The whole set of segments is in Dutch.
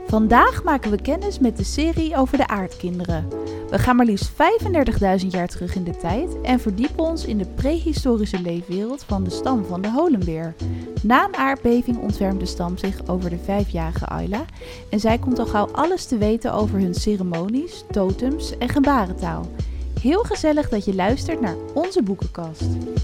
Vandaag maken we kennis met de serie over de aardkinderen. We gaan maar liefst 35.000 jaar terug in de tijd en verdiepen ons in de prehistorische leefwereld van de stam van de holenbeer. Na een aardbeving ontfermt de stam zich over de 5-jarige Ayla en zij komt al gauw alles te weten over hun ceremonies, totems en gebarentaal. Heel gezellig dat je luistert naar onze boekenkast.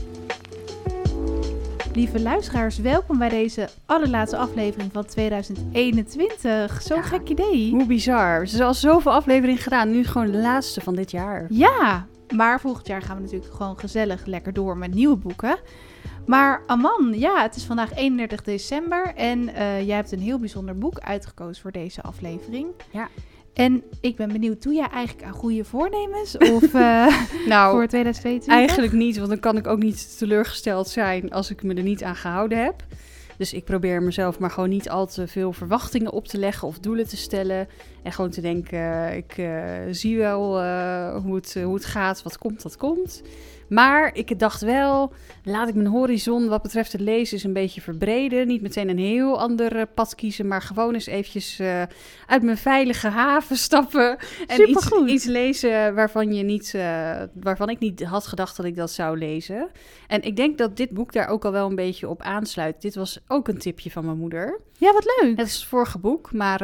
Lieve luisteraars, welkom bij deze allerlaatste aflevering van 2021. Zo'n gek idee. Hoe bizar. Er is al zoveel afleveringen gedaan. Nu gewoon de laatste van dit jaar. Ja, maar volgend jaar gaan we natuurlijk gewoon gezellig lekker door met nieuwe boeken. Maar Aman, ja, het is vandaag 31 december en jij hebt een heel bijzonder boek uitgekozen voor deze aflevering. Ja. En ik ben benieuwd, doe jij eigenlijk aan goede voornemens of nou, voor 2022? Eigenlijk niet, want dan kan ik ook niet teleurgesteld zijn als ik me er niet aan gehouden heb. Dus ik probeer mezelf maar gewoon niet al te veel verwachtingen op te leggen of doelen te stellen. En gewoon te denken, ik zie wel hoe het gaat, wat komt, dat komt. Maar ik dacht wel, laat ik mijn horizon wat betreft het lezen eens een beetje verbreden. Niet meteen een heel ander pad kiezen, maar gewoon eens eventjes uit mijn veilige haven stappen. En iets lezen waarvan ik niet had gedacht dat ik dat zou lezen. En ik denk dat dit boek daar ook al wel een beetje op aansluit. Dit was ook een tipje van mijn moeder. Ja, wat leuk. Het is het vorige boek, maar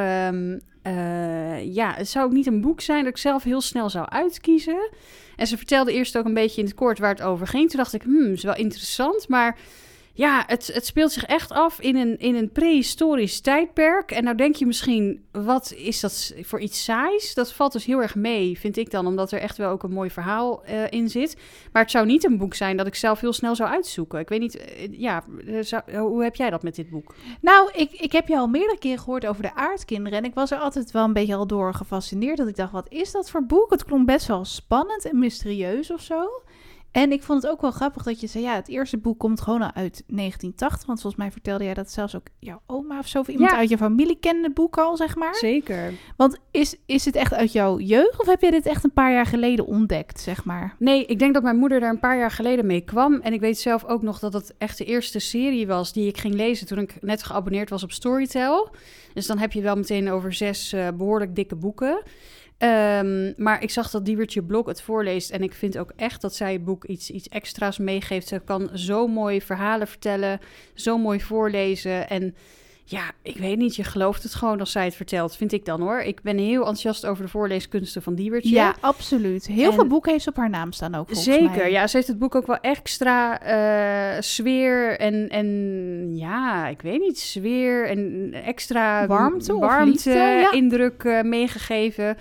het zou ook niet een boek zijn dat ik zelf heel snel zou uitkiezen. En ze vertelde eerst ook een beetje in het kort waar het over ging. Toen dacht ik, is wel interessant, maar ja, het speelt zich echt af in een prehistorisch tijdperk. En nou denk je misschien, wat is dat voor iets saais? Dat valt dus heel erg mee, vind ik dan, omdat er echt wel ook een mooi verhaal in zit. Maar het zou niet een boek zijn dat ik zelf heel snel zou uitzoeken. Ik weet niet, hoe heb jij dat met dit boek? Nou, ik heb je al meerdere keren gehoord over de aardkinderen. En ik was er altijd wel een beetje al door gefascineerd. Dat ik dacht, wat is dat voor boek? Het klonk best wel spannend en mysterieus of zo. En ik vond het ook wel grappig dat je zei, ja, het eerste boek komt gewoon al uit 1980. Want volgens mij vertelde jij dat zelfs ook jouw oma of zo, of iemand uit je familie kende het boek al, zeg maar. Zeker. Want is het echt uit jouw jeugd of heb jij dit echt een paar jaar geleden ontdekt, zeg maar? Nee, ik denk dat mijn moeder daar een paar jaar geleden mee kwam. En ik weet zelf ook nog dat het echt de eerste serie was die ik ging lezen toen ik net geabonneerd was op Storytel. Dus dan heb je wel meteen over 6 behoorlijk dikke boeken. Maar ik zag dat Diewertje Blok het voorleest en ik vind ook echt dat zij het boek iets extra's meegeeft. Ze kan zo mooi verhalen vertellen, zo mooi voorlezen en ja, ik weet niet, je gelooft het gewoon als zij het vertelt, vind ik dan hoor. Ik ben heel enthousiast over de voorleeskunsten van Diewertje. Ja, absoluut. Heel veel boeken heeft ze op haar naam staan ook, volgens mij. Zeker, ja, ze heeft het boek ook wel extra sfeer en ja, ik weet niet, sfeer en extra warmte indruk meegegeven.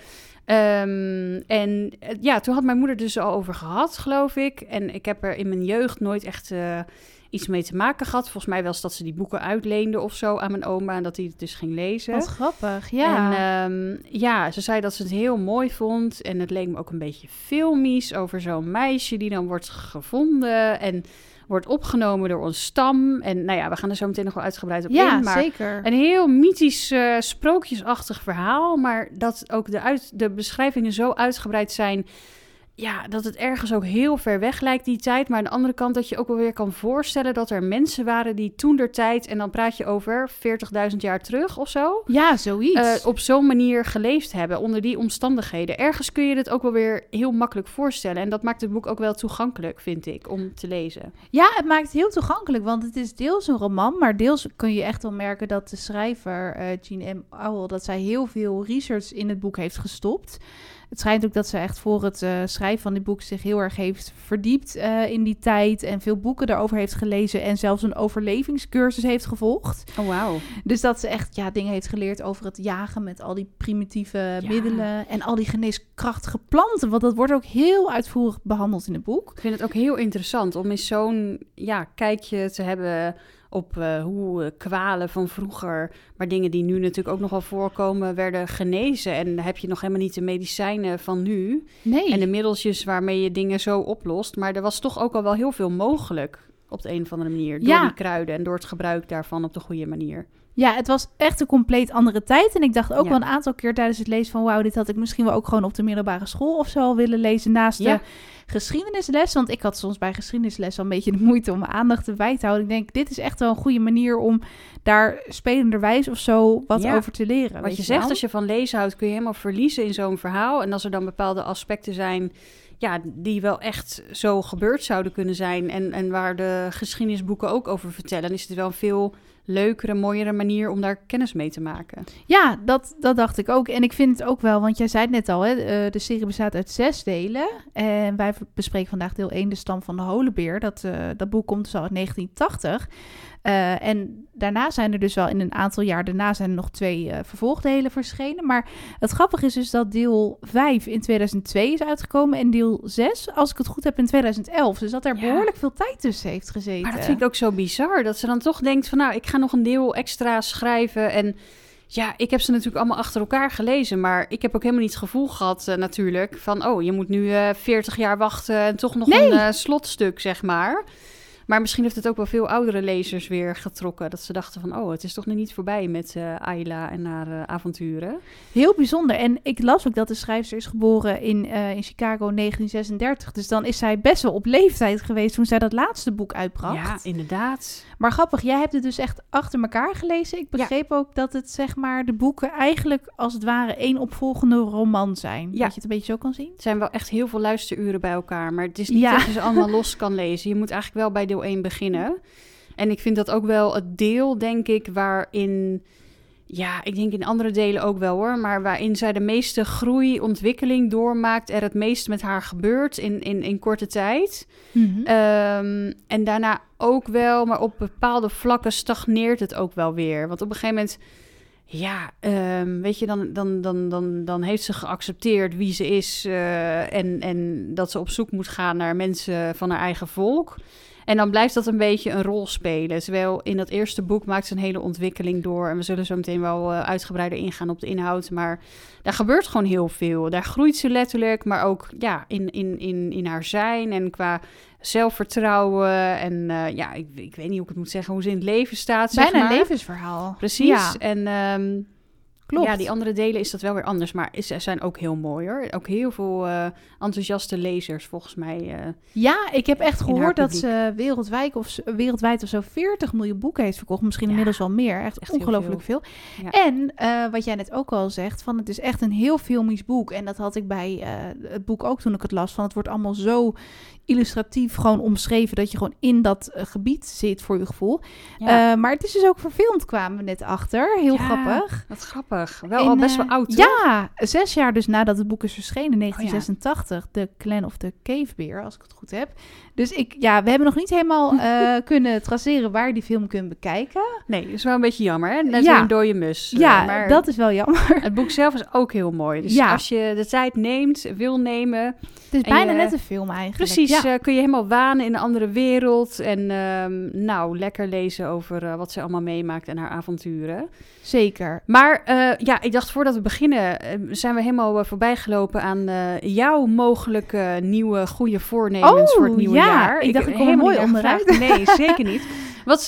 En toen had mijn moeder dus al over gehad, geloof ik. En ik heb er in mijn jeugd nooit echt iets mee te maken gehad. Volgens mij wel eens dat ze die boeken uitleende of zo aan mijn oma en dat hij het dus ging lezen. Wat grappig, ja. En ze zei dat ze het heel mooi vond. En het leek me ook een beetje filmisch over zo'n meisje die dan wordt gevonden en wordt opgenomen door ons stam. En nou ja, we gaan er zo meteen nog wel uitgebreid op in. Maar zeker. Een heel mythisch, sprookjesachtig verhaal. Maar dat ook de beschrijvingen zo uitgebreid zijn, ja, dat het ergens ook heel ver weg lijkt die tijd. Maar aan de andere kant dat je ook wel weer kan voorstellen dat er mensen waren die toentertijd, en dan praat je over 40.000 jaar terug of zo. Ja, zoiets. Op zo'n manier geleefd hebben onder die omstandigheden. Ergens kun je dit ook wel weer heel makkelijk voorstellen. En dat maakt het boek ook wel toegankelijk, vind ik, om te lezen. Ja, het maakt het heel toegankelijk, want het is deels een roman, maar deels kun je echt wel merken dat de schrijver, Jean M. Auel, dat zij heel veel research in het boek heeft gestopt. Het schijnt ook dat ze echt voor het schrijven van dit boek zich heel erg heeft verdiept in die tijd en veel boeken daarover heeft gelezen en zelfs een overlevingscursus heeft gevolgd. Oh, wauw. Dus dat ze echt dingen heeft geleerd over het jagen met al die primitieve middelen en al die geneeskrachtige planten, want dat wordt ook heel uitvoerig behandeld in het boek. Ik vind het ook heel interessant om eens zo'n kijkje te hebben op hoe kwalen van vroeger, maar dingen die nu natuurlijk ook nog wel voorkomen, werden genezen. En dan heb je nog helemaal niet de medicijnen van nu. Nee. En de middeltjes waarmee je dingen zo oplost. Maar er was toch ook al wel heel veel mogelijk op de een of andere manier. Door die kruiden en door het gebruik daarvan op de goede manier. Ja, het was echt een compleet andere tijd. En ik dacht ook wel een aantal keer tijdens het lezen van... wauw, dit had ik misschien wel ook gewoon op de middelbare school of zo willen lezen naast de geschiedenisles. Want ik had soms bij geschiedenisles al een beetje de moeite om mijn aandacht erbij te houden. Ik denk, dit is echt wel een goede manier om daar spelenderwijs of zo wat over te leren. Wat je zegt, als je van lezen houdt, kun je helemaal verliezen in zo'n verhaal. En als er dan bepaalde aspecten zijn... die wel echt zo gebeurd zouden kunnen zijn... en waar de geschiedenisboeken ook over vertellen... dan is het wel een veel leukere, mooiere manier om daar kennis mee te maken. Ja, dat dacht ik ook. En ik vind het ook wel, want jij zei het net al... de serie bestaat uit 6 delen. En wij bespreken vandaag deel 1, de stam van de holenbeer. Dat boek komt dus al uit 1980... en daarna zijn er dus wel in een aantal jaar... daarna zijn er nog 2 vervolgdelen verschenen. Maar het grappige is dus dat deel 5 in 2002 is uitgekomen... en deel 6, als ik het goed heb, in 2011. Dus dat er behoorlijk veel tijd tussen heeft gezeten. Maar dat vind ik ook zo bizar. Dat ze dan toch denkt van... nou, ik ga nog een deel extra schrijven... en ja, ik heb ze natuurlijk allemaal achter elkaar gelezen... maar ik heb ook helemaal niet het gevoel gehad natuurlijk... van je moet nu 40 jaar wachten... en toch nog een slotstuk, zeg maar... Maar misschien heeft het ook wel veel oudere lezers weer getrokken. Dat ze dachten van, het is toch nog niet voorbij met Ayla en haar avonturen. Heel bijzonder. En ik las ook dat de schrijfster is geboren in Chicago 1936. Dus dan is zij best wel op leeftijd geweest toen zij dat laatste boek uitbracht. Ja, inderdaad. Maar grappig, jij hebt het dus echt achter elkaar gelezen. Ik begreep ook dat het, zeg maar, de boeken eigenlijk als het ware 1 opvolgende roman zijn. Ja. Dat je het een beetje zo kan zien. Het zijn wel echt heel veel luisteruren bij elkaar. Maar het is niet dat je ze allemaal los kan lezen. Je moet eigenlijk wel bij deel 1 beginnen. En ik vind dat ook wel het deel, denk ik, waarin... Ja, ik denk in andere delen ook wel hoor. Maar waarin zij de meeste groei, ontwikkeling doormaakt. Er het meeste met haar gebeurt in korte tijd. Mm-hmm. En daarna ook wel, maar op bepaalde vlakken stagneert het ook wel weer. Want op een gegeven moment... Ja, weet je, dan heeft ze geaccepteerd wie ze is... en dat ze op zoek moet gaan naar mensen van haar eigen volk... En dan blijft dat een beetje een rol spelen. Terwijl in dat eerste boek maakt ze een hele ontwikkeling door. En we zullen zo meteen wel uitgebreider ingaan op de inhoud. Maar daar gebeurt gewoon heel veel. Daar groeit ze letterlijk, maar ook in haar zijn. En qua zelfvertrouwen. En ik weet niet hoe ik het moet zeggen. Hoe ze in het leven staat, zeg bijna maar. Een levensverhaal. Precies. Ja. En... Klopt. Ja, die andere delen is dat wel weer anders. Maar ze zijn ook heel mooi hoor. Ook heel veel enthousiaste lezers volgens mij. Ja, ik heb echt gehoord dat ze wereldwijd of zo 40 miljoen boeken heeft verkocht. Misschien inmiddels wel meer. Echt ongelooflijk veel. Ja. En wat jij net ook al zegt, van het is echt een heel filmisch boek. En dat had ik bij het boek ook toen ik het las. Van het wordt allemaal zo illustratief gewoon omschreven dat je gewoon in dat gebied zit voor je gevoel. Ja. Maar het is dus ook verfilmd, kwamen we net achter. Heel grappig. Wat grappig. Wel al best wel oud, toch? Ja, 6 jaar dus nadat het boek is verschenen, 1986. The Clan of the Cave Bear, als ik het goed heb. Dus we hebben nog niet helemaal kunnen traceren waar die film kunt bekijken. Nee, dat is wel een beetje jammer, hè? Net een dode mus. Ja, maar dat is wel jammer. Het boek zelf is ook heel mooi. Dus als je de tijd wil nemen... Het is bijna net een film eigenlijk. Precies, kun je helemaal wanen in een andere wereld. En lekker lezen over wat ze allemaal meemaakt en haar avonturen. Zeker. Maar ik dacht voordat we beginnen... zijn we helemaal voorbijgelopen aan jouw mogelijke nieuwe goede voornemens voor het nieuwe jaar. Ik dacht, ik kom er mooi onderuit. Nee, zeker niet. Wat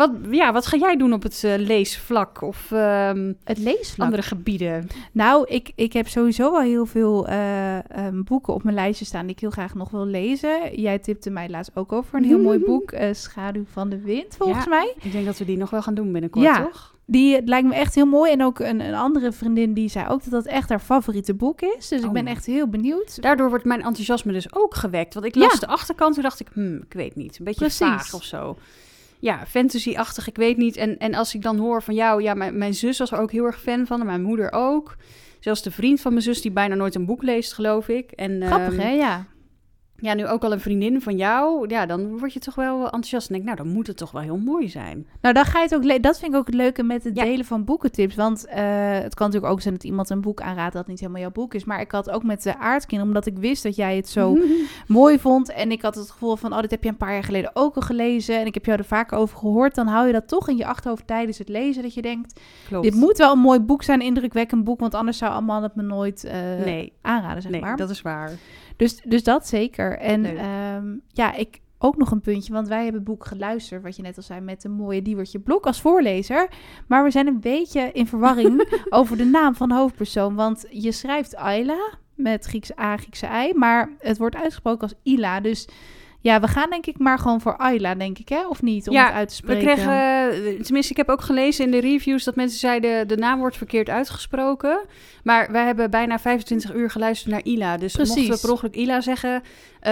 ga jij doen op het leesvlak of het leesvlak? Andere gebieden? Nou, ik heb sowieso wel heel veel boeken op mijn lijstje staan die ik heel graag nog wil lezen. Jij tipte mij laatst ook over een heel mooi boek, Schaduw van de Wind, volgens mij. Ik denk dat we die nog wel gaan doen binnenkort, toch? Die lijkt me echt heel mooi. En ook een andere vriendin die zei ook dat echt haar favoriete boek is. Dus ik ben echt heel benieuwd. Daardoor wordt mijn enthousiasme dus ook gewekt. Want ik las de achterkant en dacht ik, ik weet niet. Een beetje vaag of zo. Ja, fantasy-achtig, ik weet niet. En als ik dan hoor van jou... mijn zus was er ook heel erg fan van. En mijn moeder ook. Zelfs de vriend van mijn zus die bijna nooit een boek leest, geloof ik. En, grappig, hè? Ja. Ja, nu ook al een vriendin van jou. Ja, dan word je toch wel enthousiast. En denk, dan moet het toch wel heel mooi zijn. Nou, dan ga je het ook dat vind ik ook het leuke met het delen van boekentips. Want het kan natuurlijk ook zijn dat iemand een boek aanraadt dat niet helemaal jouw boek is. Maar ik had ook met de Aardkinderen, omdat ik wist dat jij het zo mooi vond. En ik had het gevoel van, dit heb je een paar jaar geleden ook al gelezen. En ik heb jou er vaker over gehoord. Dan hou je dat toch in je achterhoofd tijdens het lezen. Dat je denkt, dit moet wel een mooi boek zijn, indrukwekkend boek. Want anders zou allemaal het me nooit aanraden, zeg maar. Nee, dat is waar. Dus dat zeker. En ook nog een puntje, want wij hebben het boek geluisterd, wat je net al zei, met een mooie Diewertje Blok als voorlezer. Maar we zijn een beetje in verwarring over de naam van de hoofdpersoon, want je schrijft Ayla met Griekse A, Griekse I, maar het wordt uitgesproken als Ila. Dus ja, we gaan denk ik maar gewoon voor Ayla, denk ik, hè? Of niet, om het uit te spreken? We kregen, tenminste, ik heb ook gelezen in de reviews dat mensen zeiden de naam wordt verkeerd uitgesproken. Maar wij hebben bijna 25 uur geluisterd naar Ila. Dus mochten we per ongeluk Ila zeggen,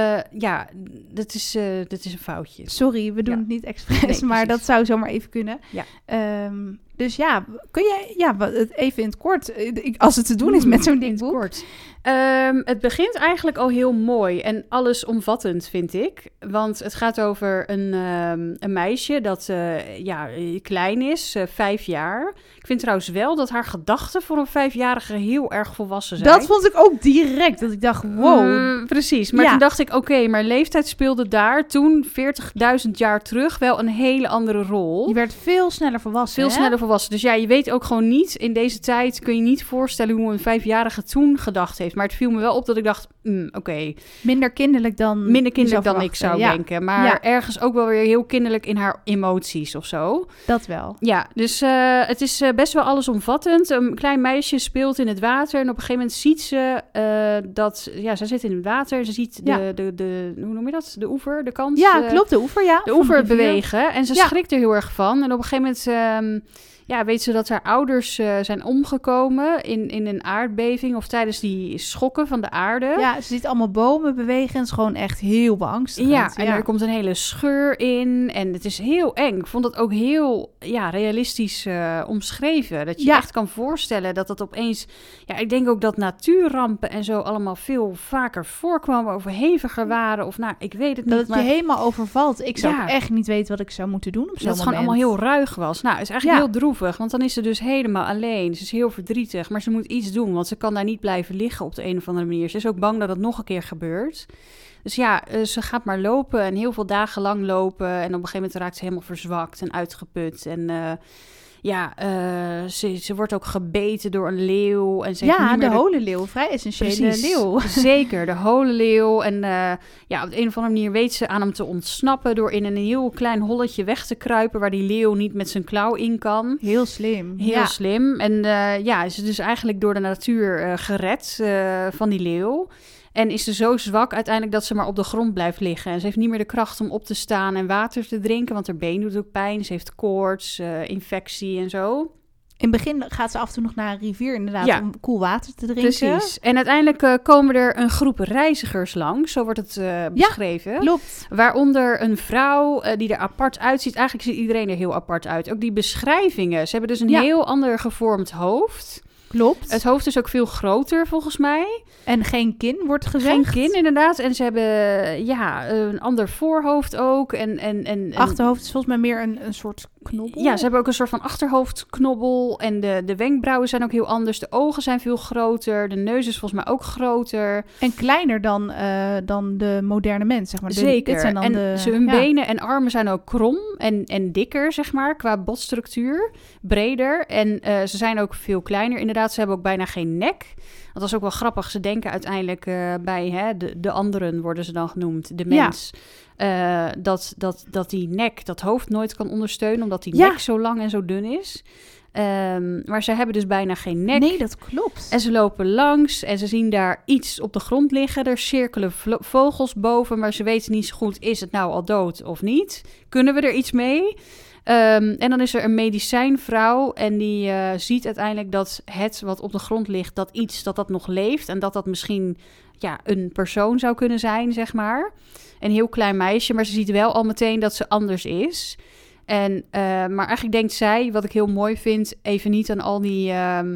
dat is een foutje. Sorry, we doen het niet expres, maar dat zou zomaar even kunnen. Ja. Dus ja, kun je even in het kort, als het te doen is met zo'n dik boek. Kort. Het begint eigenlijk al heel mooi en allesomvattend, vind ik. Want het gaat over een meisje dat klein is, 5 jaar. Ik vind trouwens wel dat haar gedachten voor een 5-jarige heel erg volwassen zijn. Dat vond ik ook direct, dat ik dacht, wow. Precies, maar toen dacht ik, oké, maar leeftijd speelde daar toen 40.000 jaar terug wel een hele andere rol. Je werd veel sneller volwassen. Sneller volwassen. Dus ja, je weet ook gewoon niet, in deze tijd kun je niet voorstellen hoe een 5-jarige toen gedacht heeft. Maar het viel me wel op dat ik dacht, oké. Minder kinderlijk dan ik zou denken. Maar ergens ook wel weer heel kinderlijk in haar emoties of zo. Dat wel. Ja, dus het is best wel allesomvattend. Een klein meisje speelt in het water en op een gegeven moment ziet ze dat... Ja, ze zit in het water. Ze ziet de hoe noem je dat? De oever, de kant. Ja, klopt, de oever, ja. De oever bewegen. En ze schrikt er heel erg van. En op een gegeven moment... weet ze dat haar ouders zijn omgekomen in een aardbeving of tijdens die schokken van de aarde. Ja, ze ziet allemaal bomen bewegen en is gewoon echt heel beangstigend. Ja, en er komt een hele scheur in en het is heel eng. Ik vond het ook heel realistisch omschreven. Dat je echt kan voorstellen dat het opeens... Ja, ik denk ook dat natuurrampen en zo allemaal veel vaker voorkwamen of heviger waren. Of ik weet het niet. Dat het je helemaal overvalt. Ik zou echt niet weten wat ik zou moeten doen op zo'n moment. Dat het gewoon allemaal heel ruig was. Nou, het is eigenlijk heel droevig. Want dan is ze dus helemaal alleen. Ze is heel verdrietig, maar ze moet iets doen. Want ze kan daar niet blijven liggen op de een of andere manier. Ze is ook bang dat het nog een keer gebeurt. Dus ze gaat maar lopen en heel veel dagen lang lopen. En op een gegeven moment raakt ze helemaal verzwakt en uitgeput. En ze wordt ook gebeten door een leeuw. En ze heeft niet meer de holenleeuw. Vrij essentiële leeuw. Zeker, de holenleeuw. En op de een of andere manier weet ze aan hem te ontsnappen... door in een heel klein holletje weg te kruipen... waar die leeuw niet met zijn klauw in kan. Heel slim. Heel slim. En is dus eigenlijk door de natuur gered van die leeuw... En is ze zo zwak uiteindelijk dat ze maar op de grond blijft liggen. En ze heeft niet meer de kracht om op te staan en water te drinken. Want haar been doet ook pijn. Ze heeft koorts, infectie en zo. In het begin gaat ze af en toe nog naar een rivier inderdaad om koel water te drinken. Precies. En uiteindelijk komen er een groep reizigers langs. Zo wordt het beschreven. Ja, klopt. Waaronder een vrouw die er apart uitziet. Eigenlijk ziet iedereen er heel apart uit. Ook die beschrijvingen. Ze hebben dus een heel ander gevormd hoofd. Klopt. Het hoofd is ook veel groter volgens mij. En geen kin wordt gezegd. Geen kin inderdaad. En ze hebben een ander voorhoofd ook. En achterhoofd is volgens mij meer een soort knobbel. Ja, ze hebben ook een soort van achterhoofdknobbel. En de wenkbrauwen zijn ook heel anders. De ogen zijn veel groter. De neus is volgens mij ook groter. En kleiner dan de moderne mens, zeg maar. Zeker. Dit zijn dan hun benen en armen zijn ook krom en dikker, zeg maar, qua botstructuur. Breder. En ze zijn ook veel kleiner. Inderdaad, ze hebben ook bijna geen nek. Dat was ook wel grappig. Ze denken uiteindelijk bij de anderen, worden ze dan genoemd, de mens. Dat die nek, dat hoofd nooit kan ondersteunen, omdat die nek zo lang en zo dun is. Maar ze hebben dus bijna geen nek. Nee, dat klopt. En ze lopen langs en ze zien daar iets op de grond liggen. Er cirkelen vogels boven, maar ze weten niet zo goed, is het nou al dood of niet? Kunnen we er iets mee? En dan is er een medicijnvrouw en die ziet uiteindelijk dat het wat op de grond ligt, dat nog leeft. En dat misschien een persoon zou kunnen zijn, zeg maar. Een heel klein meisje, maar ze ziet wel al meteen dat ze anders is. Maar eigenlijk denkt zij, wat ik heel mooi vind, even niet aan al die...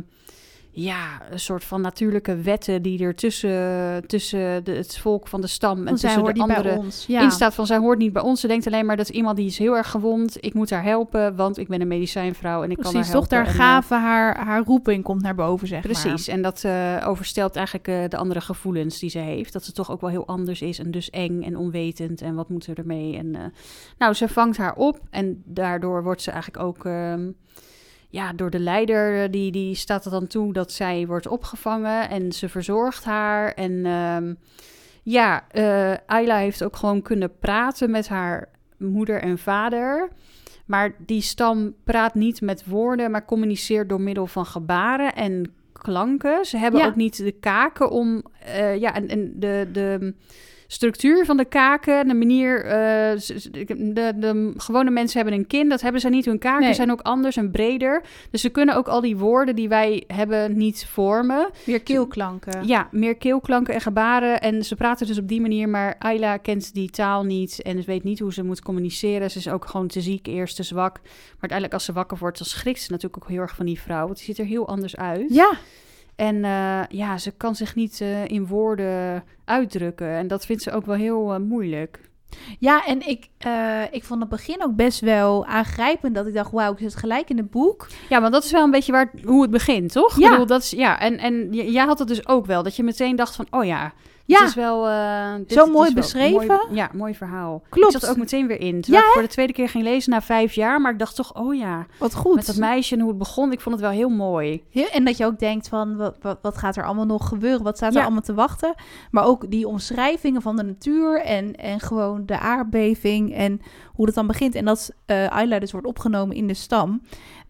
een soort van natuurlijke wetten die er tussen het volk van de stam en tussen de anderen in staat van zij hoort niet bij ons. Ze denkt alleen maar dat iemand die is heel erg gewond. Ik moet haar helpen, want ik ben een medicijnvrouw en ik kan haar helpen. Toch daar gave haar roeping komt naar boven, zeg maar. Precies, en dat overstelt eigenlijk de andere gevoelens die ze heeft. Dat ze toch ook wel heel anders is en dus eng en onwetend en wat moet ze ermee. En ze vangt haar op en daardoor wordt ze eigenlijk ook... door de leider, die staat er dan toe dat zij wordt opgevangen en ze verzorgt haar. En Ja, Ayla heeft ook gewoon kunnen praten met haar moeder en vader. Maar die stam praat niet met woorden, maar communiceert door middel van gebaren en klanken. Ze hebben ook niet de kaken om... en de structuur van de kaken, de manier... de gewone mensen hebben een kin, dat hebben ze niet. Hun kaken zijn ook anders en breder. Dus ze kunnen ook al die woorden die wij hebben niet vormen. Meer keelklanken. Ja, meer keelklanken en gebaren. En ze praten dus op die manier, maar Ayla kent die taal niet en ze weet niet hoe ze moet communiceren. Ze is ook gewoon te ziek, eerst te zwak. Maar uiteindelijk als ze wakker wordt, dan schrikt ze natuurlijk ook heel erg van die vrouw. Want die ziet er heel anders uit. Ja. En ze kan zich niet in woorden uitdrukken. En dat vindt ze ook wel heel moeilijk. Ja, en ik vond het begin ook best wel aangrijpend. Dat ik dacht, wauw, ik zit gelijk in het boek. Ja, maar dat is wel een beetje hoe het begint, toch? Ja. Ik bedoel, dat is, en jij had het dus ook wel. Dat je meteen dacht van, oh ja... Ja, het is wel, zo mooi beschreven. Mooi verhaal. Klopt. Ik zat er ook meteen weer in. Terwijl ik voor de tweede keer ging lezen na 5 jaar. Maar ik dacht toch, oh ja. Wat goed. Met dat meisje en hoe het begon. Ik vond het wel heel mooi. En dat je ook denkt van, wat gaat er allemaal nog gebeuren? Wat staat er allemaal te wachten? Maar ook die omschrijvingen van de natuur en gewoon de aardbeving en hoe dat dan begint. En dat Ayla dus wordt opgenomen in de stam.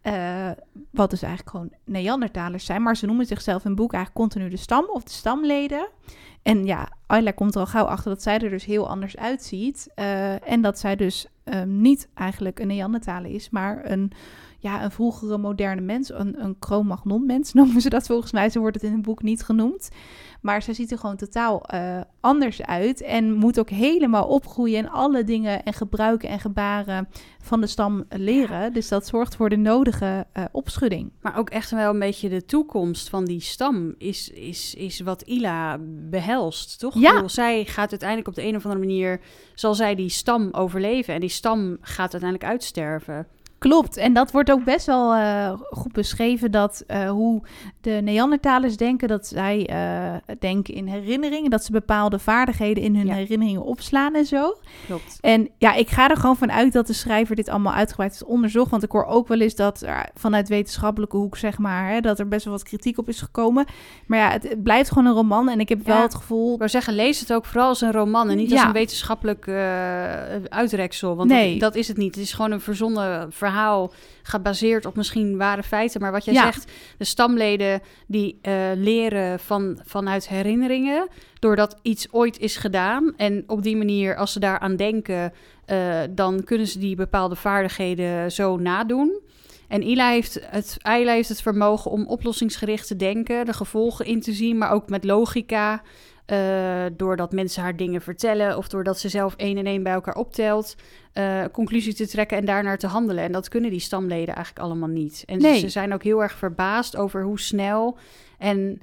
Wat dus eigenlijk gewoon Neandertalers zijn. Maar ze noemen zichzelf in het boek eigenlijk continu de stam of de stamleden. En ja, Ayla komt er al gauw achter dat zij er dus heel anders uitziet. En dat zij dus niet eigenlijk een Neandertaler is, maar een vroegere moderne mens. Een Cro-Magnon mens noemen ze dat volgens mij. Zo wordt het in het boek niet genoemd. Maar zij ziet er gewoon totaal anders uit. En moet ook helemaal opgroeien en alle dingen en gebruiken en gebaren van de stam leren. Dus dat zorgt voor de nodige opschudding. Maar ook echt wel een beetje de toekomst van die stam is wat Ayla behelst, toch? Ja. Ik bedoel, zij gaat uiteindelijk op de een of andere manier... zal zij die stam overleven. En die stam gaat uiteindelijk uitsterven. Klopt, en dat wordt ook best wel goed beschreven, dat hoe de Neandertalers denken, dat zij denken in herinneringen, dat ze bepaalde vaardigheden in hun herinneringen opslaan en zo. Klopt. En ja, ik ga er gewoon van uit dat de schrijver dit allemaal uitgebreid is onderzocht, want ik hoor ook wel eens dat vanuit wetenschappelijke hoek, zeg maar, dat er best wel wat kritiek op is gekomen. Maar ja, het blijft gewoon een roman en ik heb wel het gevoel... Ik wou zeggen, lees het ook vooral als een roman en niet als een wetenschappelijk uitreksel, want dat is het niet. Het is gewoon een verzonnen verhaal gebaseerd op misschien ware feiten. Maar wat jij zegt, de stamleden die leren vanuit herinneringen, doordat iets ooit is gedaan. En op die manier, als ze daaraan denken, dan kunnen ze die bepaalde vaardigheden zo nadoen. En Ayla heeft het vermogen om oplossingsgericht te denken, de gevolgen in te zien, maar ook met logica. Doordat mensen haar dingen vertellen of doordat ze zelf 1 en 1 bij elkaar optelt, conclusie te trekken en daarnaar te handelen. En dat kunnen die stamleden eigenlijk allemaal niet. En ze zijn ook heel erg verbaasd over hoe snel en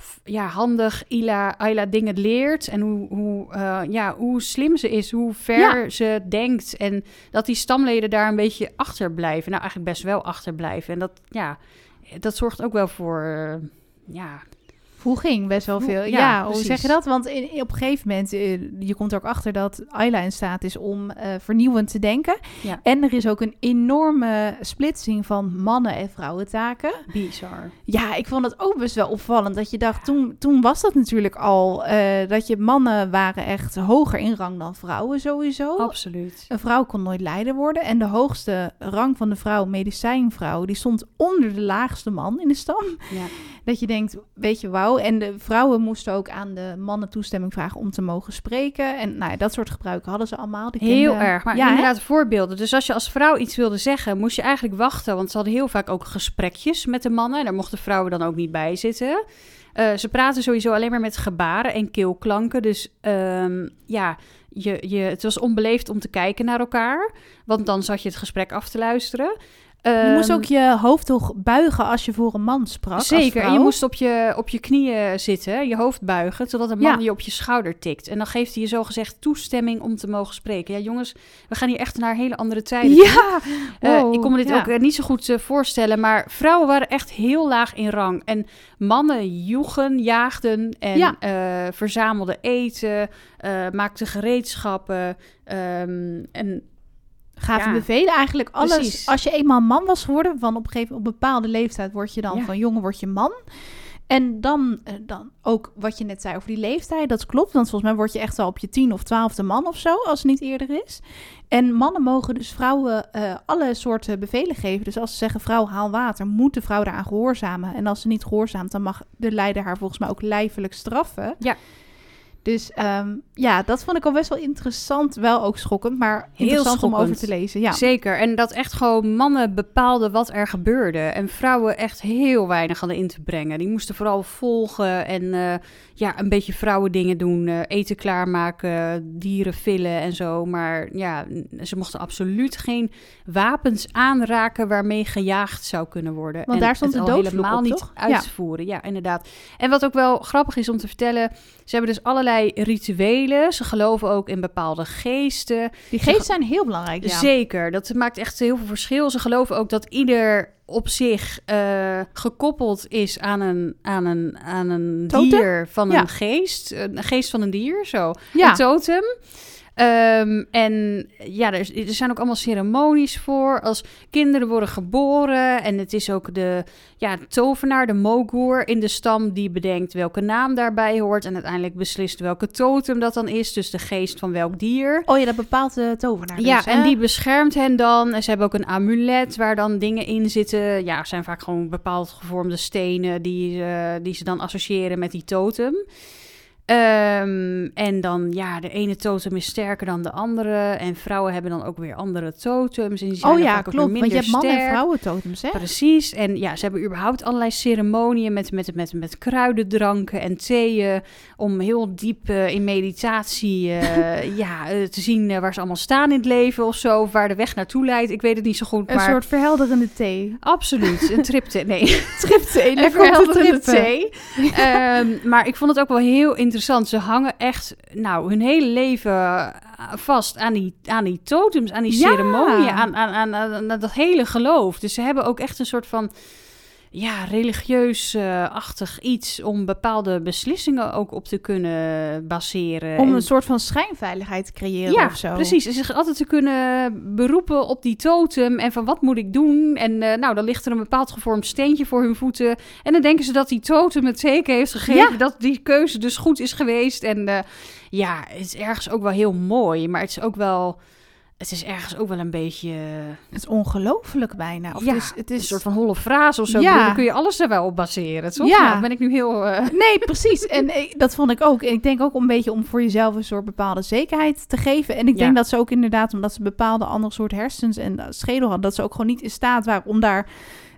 handig Ayla dingen leert en hoe slim ze is, hoe ver ze denkt en dat die stamleden daar een beetje achterblijven. Nou, eigenlijk best wel achterblijven. En dat zorgt ook wel voor Voeging best wel veel. Ja, hoe zeg je dat? Want op een gegeven moment, je komt er ook achter dat Ayla in staat is om vernieuwend te denken. Ja. En er is ook een enorme splitsing van mannen- en vrouwentaken. Bizar. Ja, ik vond het ook best wel opvallend. Dat je dacht, toen was dat natuurlijk al, dat je mannen waren echt hoger in rang dan vrouwen sowieso. Absoluut. Een vrouw kon nooit leider worden. En de hoogste rang van de vrouw, medicijnvrouw, die stond onder de laagste man in de stam. Ja. Dat je denkt, weet je, wauw. En de vrouwen moesten ook aan de mannen toestemming vragen om te mogen spreken. En dat soort gebruiken hadden ze allemaal. Heel erg. Maar inderdaad voorbeelden. Dus als je als vrouw iets wilde zeggen, moest je eigenlijk wachten. Want ze hadden heel vaak ook gesprekjes met de mannen. En daar mochten vrouwen dan ook niet bij zitten. Ze praten sowieso alleen maar met gebaren en keelklanken. Dus het was onbeleefd om te kijken naar elkaar. Want dan zat je het gesprek af te luisteren. Je moest ook je hoofd toch buigen als je voor een man sprak. Zeker, en je moest op je knieën zitten, je hoofd buigen, zodat een man je op je schouder tikt. En dan geeft hij je zogezegd toestemming om te mogen spreken. Ja, jongens, we gaan hier echt naar hele andere tijden. Ja! Ik kon me dit ook niet zo goed voorstellen, maar vrouwen waren echt heel laag in rang. En mannen joegen, jaagden en verzamelden eten, maakten gereedschappen en... gaven bevelen eigenlijk alles. Precies. Als je eenmaal man was geworden, van op een bepaalde leeftijd word je dan van jongen word je man. En dan ook wat je net zei over die leeftijd, dat klopt. Want volgens mij word je echt wel op je 10 of 12e man of zo, als het niet eerder is. En mannen mogen dus vrouwen alle soorten bevelen geven. Dus als ze zeggen, vrouw, haal water, moet de vrouw daaraan gehoorzamen. En als ze niet gehoorzaamt, dan mag de leider haar volgens mij ook lijfelijk straffen. Ja. Dus dat vond ik al best wel interessant. Wel ook schokkend, maar heel interessant schokkend. om over te lezen. Ja. Zeker. En dat echt gewoon mannen bepaalden wat er gebeurde. En vrouwen echt heel weinig hadden in te brengen. Die moesten vooral volgen en een beetje vrouwendingen doen. Eten klaarmaken, dieren villen en zo. Maar ja, ze mochten absoluut geen wapens aanraken waarmee gejaagd zou kunnen worden. Want daar stond de doodvloek helemaal op, niet toch? uitvoeren. Ja, inderdaad. En wat ook wel grappig is om te vertellen, ze hebben dus allerlei rituelen. Ze geloven ook in bepaalde geesten. Die geesten zijn heel belangrijk, ja. Zeker, dat maakt echt heel veel verschil. Ze geloven ook dat ieder op zich gekoppeld is aan een dier van een geest. Een geest van een dier, zo. Ja. Een totem. En ja, er zijn ook allemaal ceremonies voor. Als kinderen worden geboren. En het is ook de tovenaar, de mogoer in de stam, die bedenkt welke naam daarbij hoort. En uiteindelijk beslist welke totem dat dan is. Dus de geest van welk dier. Oh ja, dat bepaalt de tovenaar dus, ja, en die beschermt hen dan. En ze hebben ook een amulet waar dan dingen in zitten. Ja, het zijn vaak gewoon bepaald gevormde stenen die ze dan associëren met die totem. En dan, de ene totem is sterker dan de andere. En vrouwen hebben dan ook weer andere totems. En die zijn vaak klopt, ook weer want je hebt minder mannen- en sterk. vrouwentotems, hè? Precies. En ja, ze hebben überhaupt allerlei ceremonieën met kruidendranken en theeën. Om heel diep in meditatie te zien waar ze allemaal staan in het leven of zo. Of waar de weg naartoe leidt. Ik weet het niet zo goed, Een soort verhelderende thee. Absoluut. Een tripthee. Nee. Tripthee. Een verhelderende thee. Maar ik vond het ook wel heel interessant. Ze hangen echt hun hele leven vast aan die totems, aan die ceremonie, aan dat hele geloof. Dus ze hebben ook echt een soort van religieus-achtig iets om bepaalde beslissingen ook op te kunnen baseren. Om een soort van schijnveiligheid te creëren of zo. Precies. En zich altijd te kunnen beroepen op die totem en van wat moet ik doen? En dan ligt er een bepaald gevormd steentje voor hun voeten. En dan denken ze dat die totem het teken heeft gegeven, dat die keuze dus goed is geweest. En het is ergens ook wel heel mooi, maar het is ergens ook wel een beetje... Het is ongelooflijk bijna. Of het is een soort van holle frase of zo. Ja. Dan kun je alles er wel op baseren, toch? Ja. Nou, ben ik nu heel... Nee, precies. En dat vond ik ook. En ik denk ook een beetje om voor jezelf een soort bepaalde zekerheid te geven. En ik denk dat ze ook inderdaad, omdat ze bepaalde andere soort hersens en schedel hadden, dat ze ook gewoon niet in staat waren om daar...